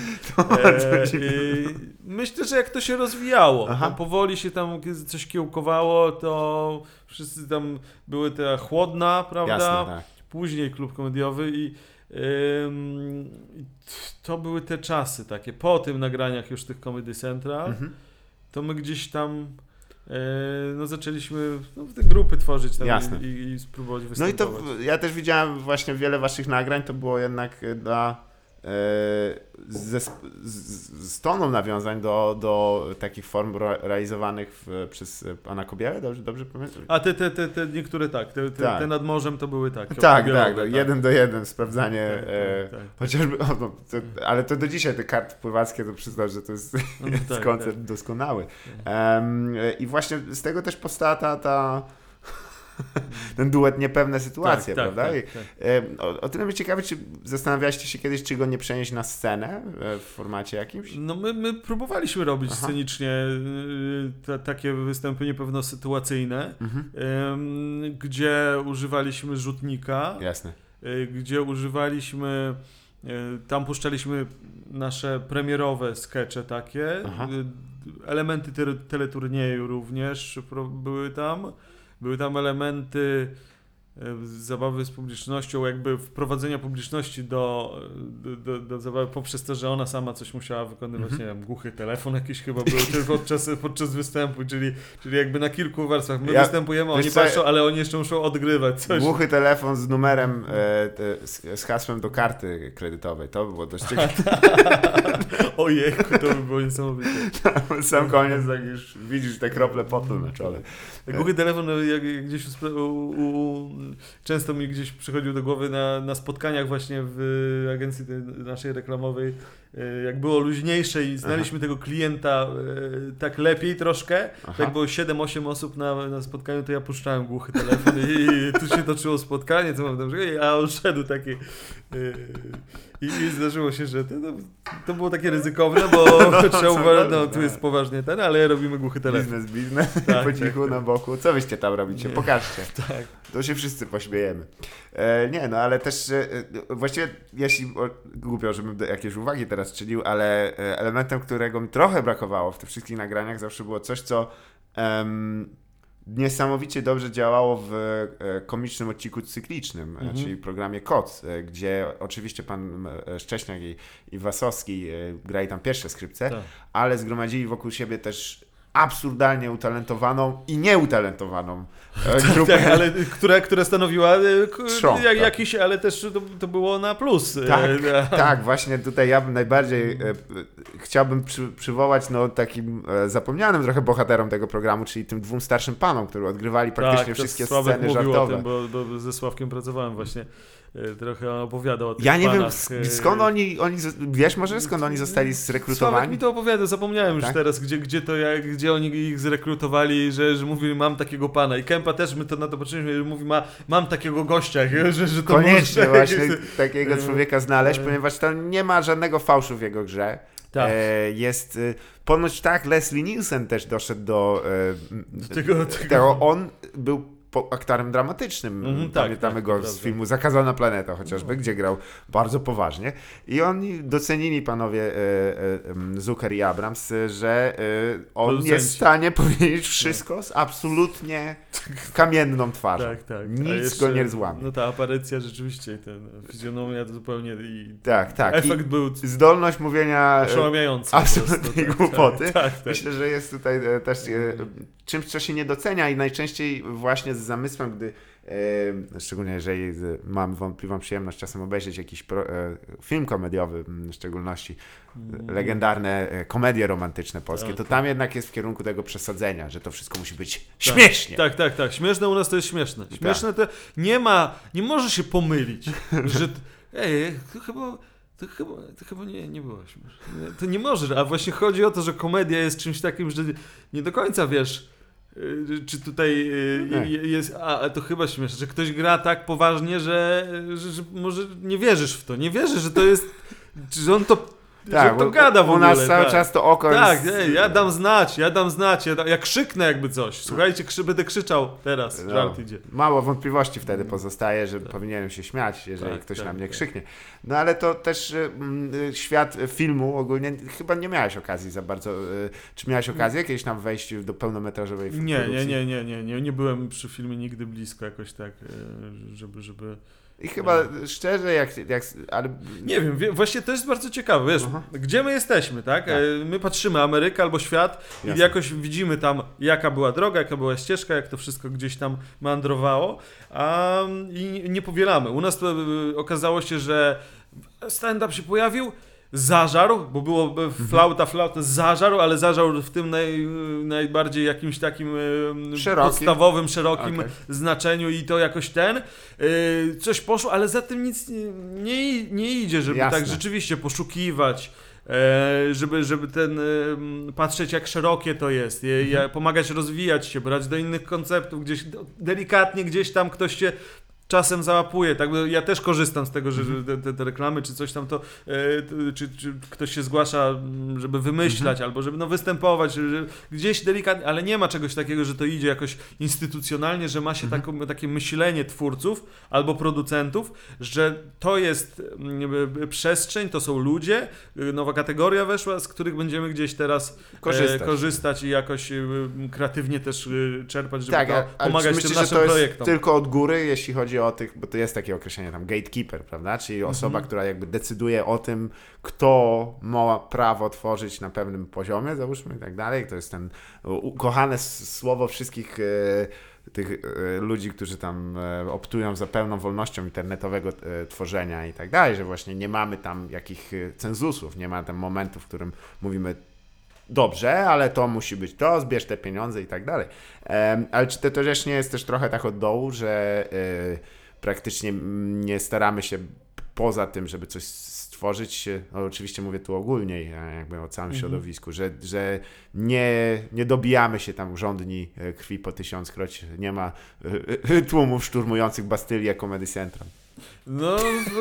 Myślę, że jak to się rozwijało, to powoli się tam coś kiełkowało, to wszyscy tam były te Chłodna, prawda? Jasne, tak. Później klub komediowy i to były te czasy takie. Po tym nagraniach już tych Comedy Central, to my gdzieś tam zaczęliśmy te grupy tworzyć tam i spróbować występować. No i to ja też widziałem właśnie wiele waszych nagrań, to było jednak dla z toną nawiązań do takich form realizowanych przez pana Kobielę, dobrze pamiętam? A te niektóre tak, te nad morzem to były tak. Tak, 1 do 1 sprawdzanie, tak. chociażby, ale to do dzisiaj te karty pływackie, to przyznam, że to jest, jest koncept doskonały. I właśnie z tego też powstała ten duet Niepewne sytuacje, prawda? Tak. O tyle mnie ciekawe, czy zastanawialiście się kiedyś, czy go nie przenieść na scenę w formacie jakimś? No my próbowaliśmy robić scenicznie takie występy niepewnosytuacyjne, gdzie używaliśmy rzutnika. Jasne. Gdzie używaliśmy, tam puszczaliśmy nasze premierowe skecze takie, elementy teleturnieju również były tam elementy zabawy z publicznością, jakby wprowadzenia publiczności do zabawy poprzez to, że ona sama coś musiała wykonywać, nie wiem, głuchy telefon jakiś chyba był podczas występu, czyli jakby na kilku warstwach. My występujemy, oni patrzą, ale oni jeszcze muszą odgrywać coś. Głuchy telefon z numerem, z hasłem do karty kredytowej, to by było dość ciekawe. Ojejku, to by było niesamowite. Sam koniec, jak już widzisz te krople potu na czole. Głuchy telefon, jak gdzieś często mi gdzieś przychodził do głowy na spotkaniach właśnie w agencji naszej reklamowej, jak było luźniejsze i znaliśmy tego klienta tak lepiej troszkę, jak było 7-8 osób na spotkaniu, to ja puszczałem głuchy telefon i tu się toczyło spotkanie, co mam tam, a on szedł taki i zdarzyło się, że to było takie ryzykowne, bo trzeba uważać, tu jest poważnie ale robimy głuchy telefon. Biznes, po cichu na boku. Co wyście tam robicie? Pokażcie. Tak. To się wszyscy pośmiejemy. Nie, no ale też właściwie, jeśli głupio, żebym jakieś uwagi teraz czynił, ale elementem, którego mi trochę brakowało w tych wszystkich nagraniach, zawsze było coś, co niesamowicie dobrze działało w komicznym odcinku cyklicznym, czyli programie KOC, gdzie oczywiście pan Szcześniak i Wasowski grali tam pierwsze skrzypce, ale zgromadzili wokół siebie też absurdalnie utalentowaną i nieutalentowaną grupę. Tak, ale która stanowiła Trząb, jakiś, ale też to było na plus. Tak, właśnie tutaj ja bym najbardziej chciałbym przywołać takim zapomnianym trochę bohaterom tego programu, czyli tym dwóm starszym panom, którzy odgrywali praktycznie wszystkie sceny żartowe. O tym, bo ze Sławkiem pracowałem właśnie. Trochę opowiadał o tych Ja nie panach. wiem, skąd oni wiesz może, skąd oni zostali zrekrutowani? Sławek mi to opowiada, zapomniałem już teraz, gdzie oni ich zrekrutowali, że mówili, mam takiego pana. I Kępa też, my to na to patrzyliśmy, że mówi, mam takiego gościa, że to koniecznie może... właśnie takiego człowieka znaleźć, ponieważ tam nie ma żadnego fałszu w jego grze. Tak. Jest ponoć Leslie Nielsen też doszedł do tego. On był aktorem dramatycznym. Pamiętamy go z filmu Zakazana Planeta chociażby, gdzie grał bardzo poważnie. I oni docenili panowie Zucker i Abrams, że on jest w stanie powiedzieć wszystko z absolutnie kamienną twarzą. Nic go nie złamie. No ta aparycja rzeczywiście, ten fizjonomia to zupełnie tak. Efekt był zdolność mówienia oszałamiający. Absolutnej głupoty. Tak. Myślę, że jest tutaj też czymś, co się nie docenia i najczęściej właśnie z zamysłem, gdy szczególnie jeżeli mam wątpliwą przyjemność czasem obejrzeć jakiś film komediowy, w szczególności legendarne komedie romantyczne polskie, to tam jednak jest w kierunku tego przesadzenia, że to wszystko musi być śmiesznie. Tak. Śmieszne u nas to jest śmieszne. Śmieszne to nie może się pomylić, że to chyba nie było śmieszne. To nie może, a właśnie chodzi o to, że komedia jest czymś takim, że nie do końca wiesz, czy tutaj jest, a to chyba śmieszne, że ktoś gra tak poważnie, że może nie wierzysz w to, nie wierzysz, że to jest, że on to że to gada w ogóle. U nas cały czas to oko jest... ja dam znać, ja krzyknę jakby coś. Słuchajcie, będę krzyczał teraz, żart idzie. Mało wątpliwości wtedy pozostaje, że powinienem się śmiać, jeżeli ktoś na mnie krzyknie. No ale to też świat filmu ogólnie, chyba nie miałeś okazji za bardzo, czy miałeś okazję kiedyś tam wejść do pełnometrażowej produkcji? Nie byłem przy filmie nigdy blisko jakoś tak, żeby... I chyba szczerze, ale... Nie wiem, właśnie to jest bardzo ciekawe, wiesz, Gdzie my jesteśmy, tak? My patrzymy Amerykę albo świat i Jasne. jakoś widzimy tam, jaka była droga, jaka była ścieżka, jak to wszystko gdzieś tam meandrowało, i nie powielamy. U nas to okazało się, że stand-up się pojawił, zażarł, bo było flauta, zażarł, ale zażarł w tym najbardziej jakimś takim podstawowym, szerokim znaczeniu i to jakoś coś poszło, ale za tym nic nie idzie, żeby tak rzeczywiście poszukiwać, żeby patrzeć, jak szerokie to jest, pomagać rozwijać się, brać do innych konceptów, gdzieś delikatnie gdzieś tam ktoś się czasem załapuje, tak? Ja też korzystam z tego, że te reklamy czy coś tam to, czy ktoś się zgłasza, żeby wymyślać albo żeby występować, że gdzieś delikatnie, ale nie ma czegoś takiego, że to idzie jakoś instytucjonalnie, że ma się takie myślenie twórców albo producentów, że to jest przestrzeń, to są ludzie, nowa kategoria weszła, z których będziemy gdzieś teraz korzystać i jakoś kreatywnie też czerpać, żeby pomagać tym naszym projektom. Tylko od góry, jeśli chodzi o tych, bo to jest takie określenie tam gatekeeper, prawda? Czyli osoba, która jakby decyduje o tym, kto ma prawo tworzyć na pewnym poziomie, załóżmy i tak dalej. To jest ten ukochane słowo wszystkich tych ludzi, którzy tam optują za pełną wolnością internetowego tworzenia i tak dalej, że właśnie nie mamy tam jakich cenzusów, nie ma tam momentów, w którym mówimy dobrze, ale to musi być to, zbierz te pieniądze i tak dalej. Ale czy to też nie jest też trochę tak od dołu, że praktycznie nie staramy się poza tym, żeby coś stworzyć, no oczywiście mówię tu ogólnie, jakby o całym środowisku, że nie dobijamy się tam rządni krwi po tysiąckroć, nie ma tłumów szturmujących Bastylię Comedy Central. No,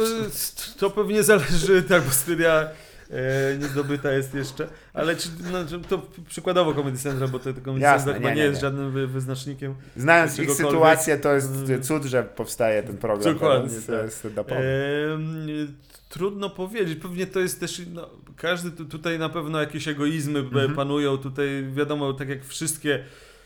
to pewnie zależy, tak, Bastylia niezdobyta jest jeszcze, ale to przykładowo Comedy Central, bo to Comedy Central chyba nie jest żadnym wyznacznikiem. Znając ich sytuację, to jest cud, że powstaje ten program. Dokładnie, tak. Trudno powiedzieć, pewnie to jest też, każdy tutaj na pewno jakieś egoizmy panują, tutaj wiadomo, tak jak wszystkie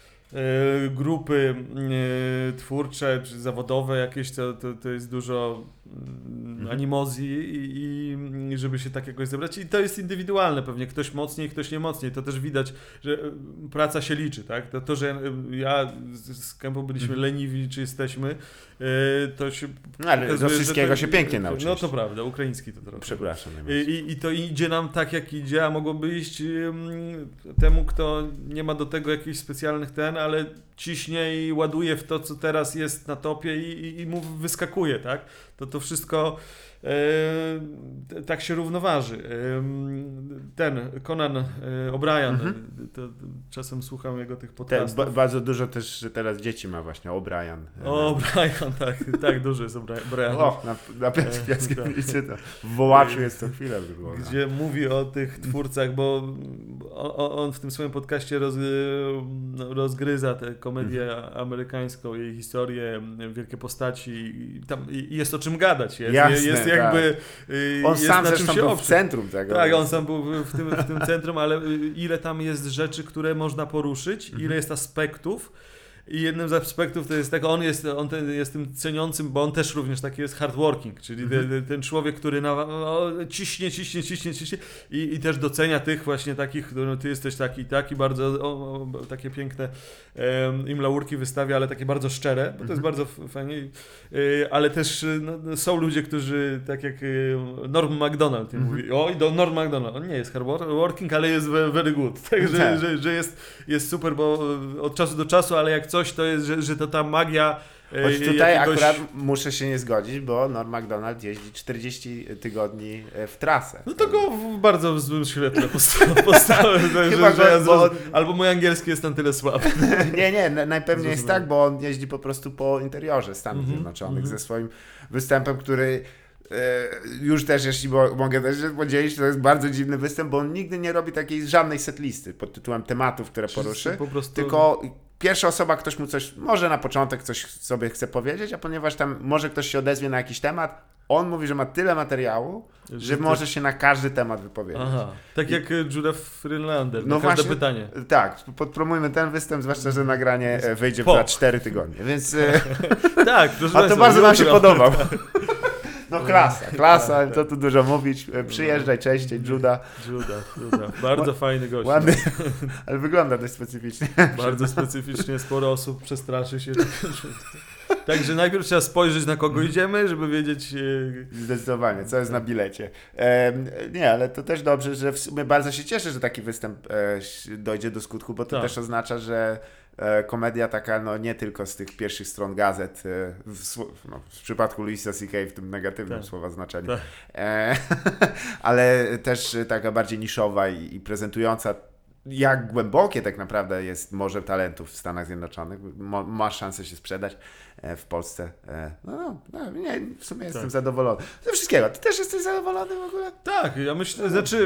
grupy twórcze czy zawodowe jakieś, to jest dużo animozji i żeby się tak jakoś zebrać. I to jest indywidualne pewnie, ktoś mocniej, ktoś nie mocniej. To też widać, że praca się liczy, tak? To że ja z Kępą byliśmy leniwi, czy jesteśmy, to się ale do wszystkiego się pięknie nauczyliśmy. No to prawda, ukraiński to trochę. Przepraszam. I to idzie nam tak, jak idzie, a mogłoby iść temu, kto nie ma do tego jakichś specjalnych ale ciśnie i ładuje w to, co teraz jest na topie i mu wyskakuje, tak? To wszystko tak się równoważy. Ten Conan O'Brien, to czasem słucham jego tych podcastów. Bardzo dużo też, że teraz dzieci ma właśnie O'Brien. O'Brien, tak, dużo jest O'Brien. O, na Piaskiej to w Wołaczu jest to chwilę wygląda. Gdzie mówi o tych twórcach, bo on w tym swoim podcaście rozgryza tę komedię amerykańską, jej historię, wielkie postaci i tam jest o czym gadać. Jest jakby... On jest sam na zresztą był w centrum tego. Tak, on sam był w tym centrum, ale ile tam jest rzeczy, które można poruszyć, ile jest aspektów. I jednym z aspektów to jest tak, on jest tym ceniącym, bo on też również taki jest hardworking, czyli ten człowiek, który ciśnie i też docenia tych właśnie takich, no, ty jesteś taki bardzo, takie piękne im laurki wystawia, ale takie bardzo szczere, bo to jest bardzo fajnie, ale też są ludzie, którzy tak jak Norm Macdonald mówi, Norm Macdonald, on nie jest hardworking, ale jest very good, także że jest super, bo od czasu do czasu, ale jak coś, to jest, że to ta magia choć tutaj akurat muszę się nie zgodzić, bo Norm Macdonald jeździ 40 tygodni w trasę. No to go w bardzo złym świetle postawiłem, albo mój angielski jest na tyle słaby. Nie, najpewniej jest tak, bo on jeździ po prostu po interiorze Stanów Zjednoczonych ze swoim występem, który już też, jeśli mogę też podzielić, to jest bardzo dziwny występ, bo on nigdy nie robi takiej żadnej setlisty pod tytułem tematów, które poruszy, tylko pierwsza osoba, ktoś mu coś, może na początek coś sobie chce powiedzieć, a ponieważ tam może ktoś się odezwie na jakiś temat, on mówi, że ma tyle materiału, że może się na każdy temat wypowiedzieć. Aha, tak jak Judah Friedlander, na każde pytanie. Tak, podpromujmy ten występ, zwłaszcza, że nagranie wyjdzie za 4 tygodnie, więc... Tak, a to bardzo nam się podobał. No klasa, co tu dużo mówić. Przyjeżdżaj częściej, Juda. Juda. Bardzo fajny gość. Ładny, ale wygląda dość specyficznie. Bardzo specyficznie, sporo osób przestraszy się. Także najpierw trzeba spojrzeć, na kogo idziemy, żeby wiedzieć... Zdecydowanie, co jest na bilecie. Nie, ale to też dobrze, że w sumie bardzo się cieszę, że taki występ dojdzie do skutku, bo to też oznacza, że komedia taka, no nie tylko z tych pierwszych stron gazet, w przypadku Louisa C.K. w tym negatywnym słowa znaczeniu, ale też taka bardziej niszowa i prezentująca, jak głębokie tak naprawdę jest morze talentów w Stanach Zjednoczonych. Masz szansę się sprzedać w Polsce. Nie, w sumie jestem zadowolony. Ze wszystkiego. Ty też jesteś zadowolony w ogóle? Tak, ja myślę,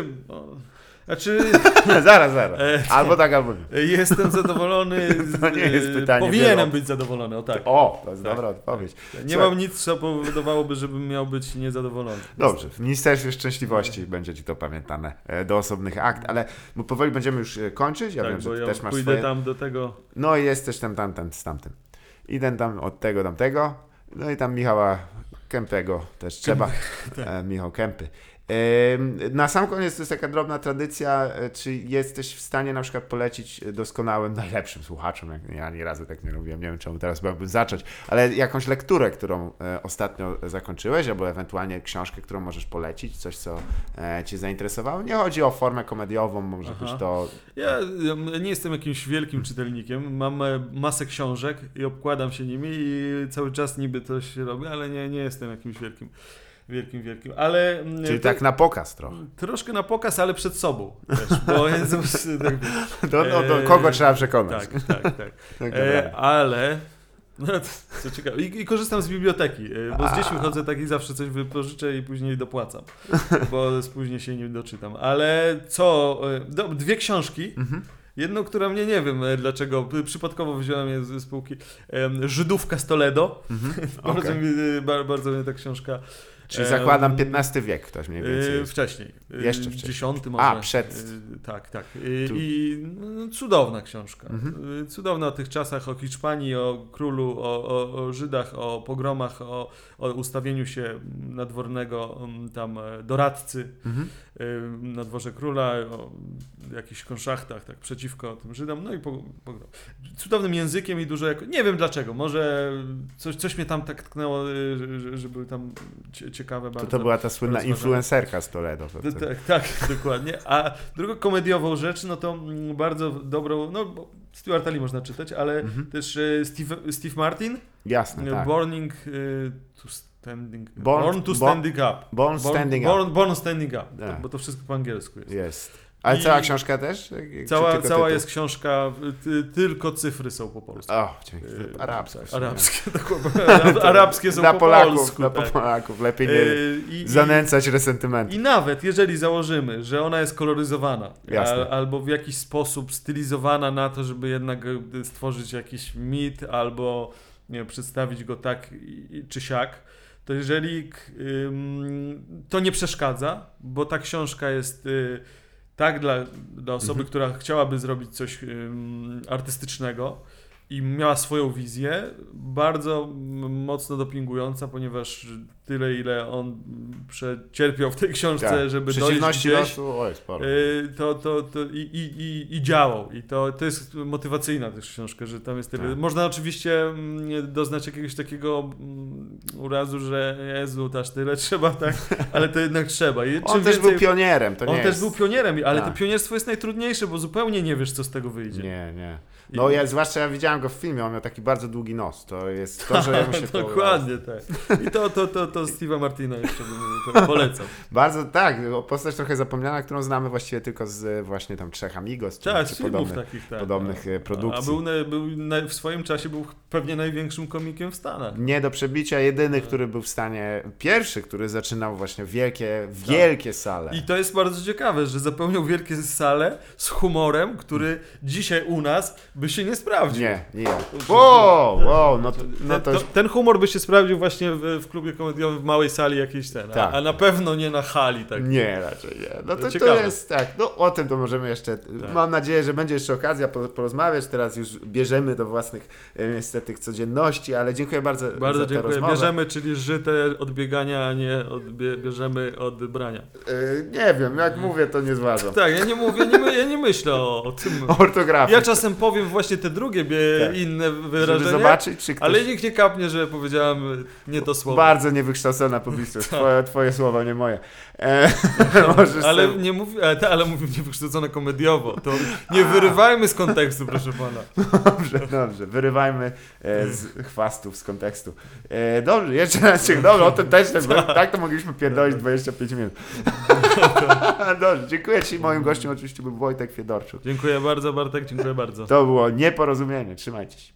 Zaraz. Albo tak, albo nie. Jestem zadowolony. To nie jest pytanie. Powinienem być zadowolony, tak. To jest dobra odpowiedź. Nie mam nic, co powodowałoby, żebym miał być niezadowolony. Dobrze, w Ministerstwie Szczęśliwości będzie ci to pamiętane do osobnych akt, ale powoli będziemy już kończyć. Ja wiem, że ty też masz pójdę swoje... tam do tego. No i jest też tamten z tamtym. Idę tam od tego, tamtego. No i tam Michała Kępego też trzeba. Michał Kępy. Na sam koniec to jest taka drobna tradycja, czy jesteś w stanie na przykład polecić doskonałym, najlepszym słuchaczom, ja ani razu tak nie robiłem, nie wiem czemu teraz miałbym zacząć, ale jakąś lekturę, którą ostatnio zakończyłeś, albo ewentualnie książkę, którą możesz polecić, coś co cię zainteresowało. Nie chodzi o formę komediową, może być to... Ja nie jestem jakimś wielkim czytelnikiem, mam masę książek i obkładam się nimi i cały czas niby coś robię, ale nie jestem jakimś wielkim, ale... Czyli tak na pokaz trochę. Troszkę na pokaz, ale przed sobą też, bo to kogo trzeba przekonać. Tak. Ale... No, co ciekawe. I korzystam z biblioteki, bo z dziećmi chodzę tak i zawsze coś wypożyczę i później dopłacam, bo później się nie doczytam. Ale dwie książki. Jedną, która mnie nie wiem dlaczego, przypadkowo wziąłem je z półki. Żydówka z Toledo. Bardzo mnie ta książka... Czyli zakładam XV wiek ktoś mniej więcej. Wcześniej. Jeszcze wcześniej. X może. Przed. Tak. I cudowna książka. Cudowna o tych czasach, o Hiszpanii, o królu, o Żydach, o pogromach, o ustawieniu się nadwornego tam doradcy na dworze króla, o jakichś konszachtach tak, przeciwko tym Żydom. No i pogrom. Cudownym językiem i dużo nie wiem dlaczego. Może coś mnie tam tak tknęło, że były tam ciekawe bardzo. To była ta słynna influencerka z Toledo. Tak, dokładnie. A drugą komediową rzecz, no to bardzo dobrą, bo Stuarta Lee można czytać, ale też Steve Martin. Jasne, tak. Born Standing Up. Yeah. Bo to wszystko po angielsku jest. Jest. Ale cała książka też? Cała jest książka, tylko cyfry są po polsku. Arabskie. Arabskie są po polsku. Dla Polaków. Lepiej nie zanęcać resentymentu. I nawet jeżeli założymy, że ona jest koloryzowana, albo w jakiś sposób stylizowana na to, żeby jednak stworzyć jakiś mit, albo przedstawić go tak czy siak, to jeżeli to nie przeszkadza, bo ta książka jest... Tak, dla osoby, która chciałaby zrobić coś artystycznego i miała swoją wizję, bardzo mocno dopingująca, ponieważ tyle, ile on przecierpiał w tej książce, żeby dojść gdzieś, i działał. I to jest motywacyjna też książka, że tam jest tyle. Tak. Można oczywiście doznać jakiegoś takiego urazu, że Jezu, aż tyle trzeba, tak? Ale to jednak trzeba. I on też był pionierem. On też był pionierem, ale to pionierstwo jest najtrudniejsze, bo zupełnie nie wiesz, co z tego wyjdzie. Nie. No zwłaszcza ja widziałem go w filmie, on miał taki bardzo długi nos. To jest to, że jemu się to... Dokładnie, tak. I to Steve'a Martina jeszcze bym polecał. Bardzo tak, postać trochę zapomniana, którą znamy właściwie tylko z właśnie tam Trzech Amigos, czy podobnych produkcji. A w swoim czasie był pewnie największym komikiem w Stanach. Nie do przebicia, jedyny, który był w stanie, pierwszy, który zaczynał właśnie wielkie sale. I to jest bardzo ciekawe, że zapełniał wielkie sale z humorem, który dzisiaj u nas by się nie sprawdził. Nie. Wow, ten humor by się sprawdził właśnie w klubie komediowym w małej sali jakiejś Tak. a na pewno nie na hali. Tak. Nie, raczej nie. No to Ciekawe. jest tak, no o tym to możemy jeszcze, mam nadzieję, że będzie jeszcze okazja porozmawiać, teraz już bierzemy do własnych niestety codzienności, ale dziękuję bardzo Bardzo za tę dziękuję. rozmowę. Bierzemy, czyli żyte od biegania, a nie bierzemy od brania. Nie wiem, jak mówię, to nie zważam. Tak, ja nie mówię, ja nie myślę o tym. Ortografii. Ja czasem powiem właśnie te drugie Tak. inne Żeby wyrażenia, zobaczyć, czy ktoś... ale nikt nie kapnie, że powiedziałem nie to słowo. Bardzo niewykształcona publiczność, twoje słowa, nie moje. Możesz Ale sobie... nie mówi, ale mówię niewykształcone komediowo. To nie wyrywajmy z kontekstu, proszę pana. Dobrze, wyrywajmy z chwastów z kontekstu. Dobrze, jeszcze raz dobra, o tym też tak to mogliśmy pierdolić 25 minut. Dobrze, dziękuję Ci. Moim gościem oczywiście był Wojtek Fiedorczuk. Dziękuję bardzo, Bartek, dziękuję bardzo. To było nieporozumienie, trzymajcie się.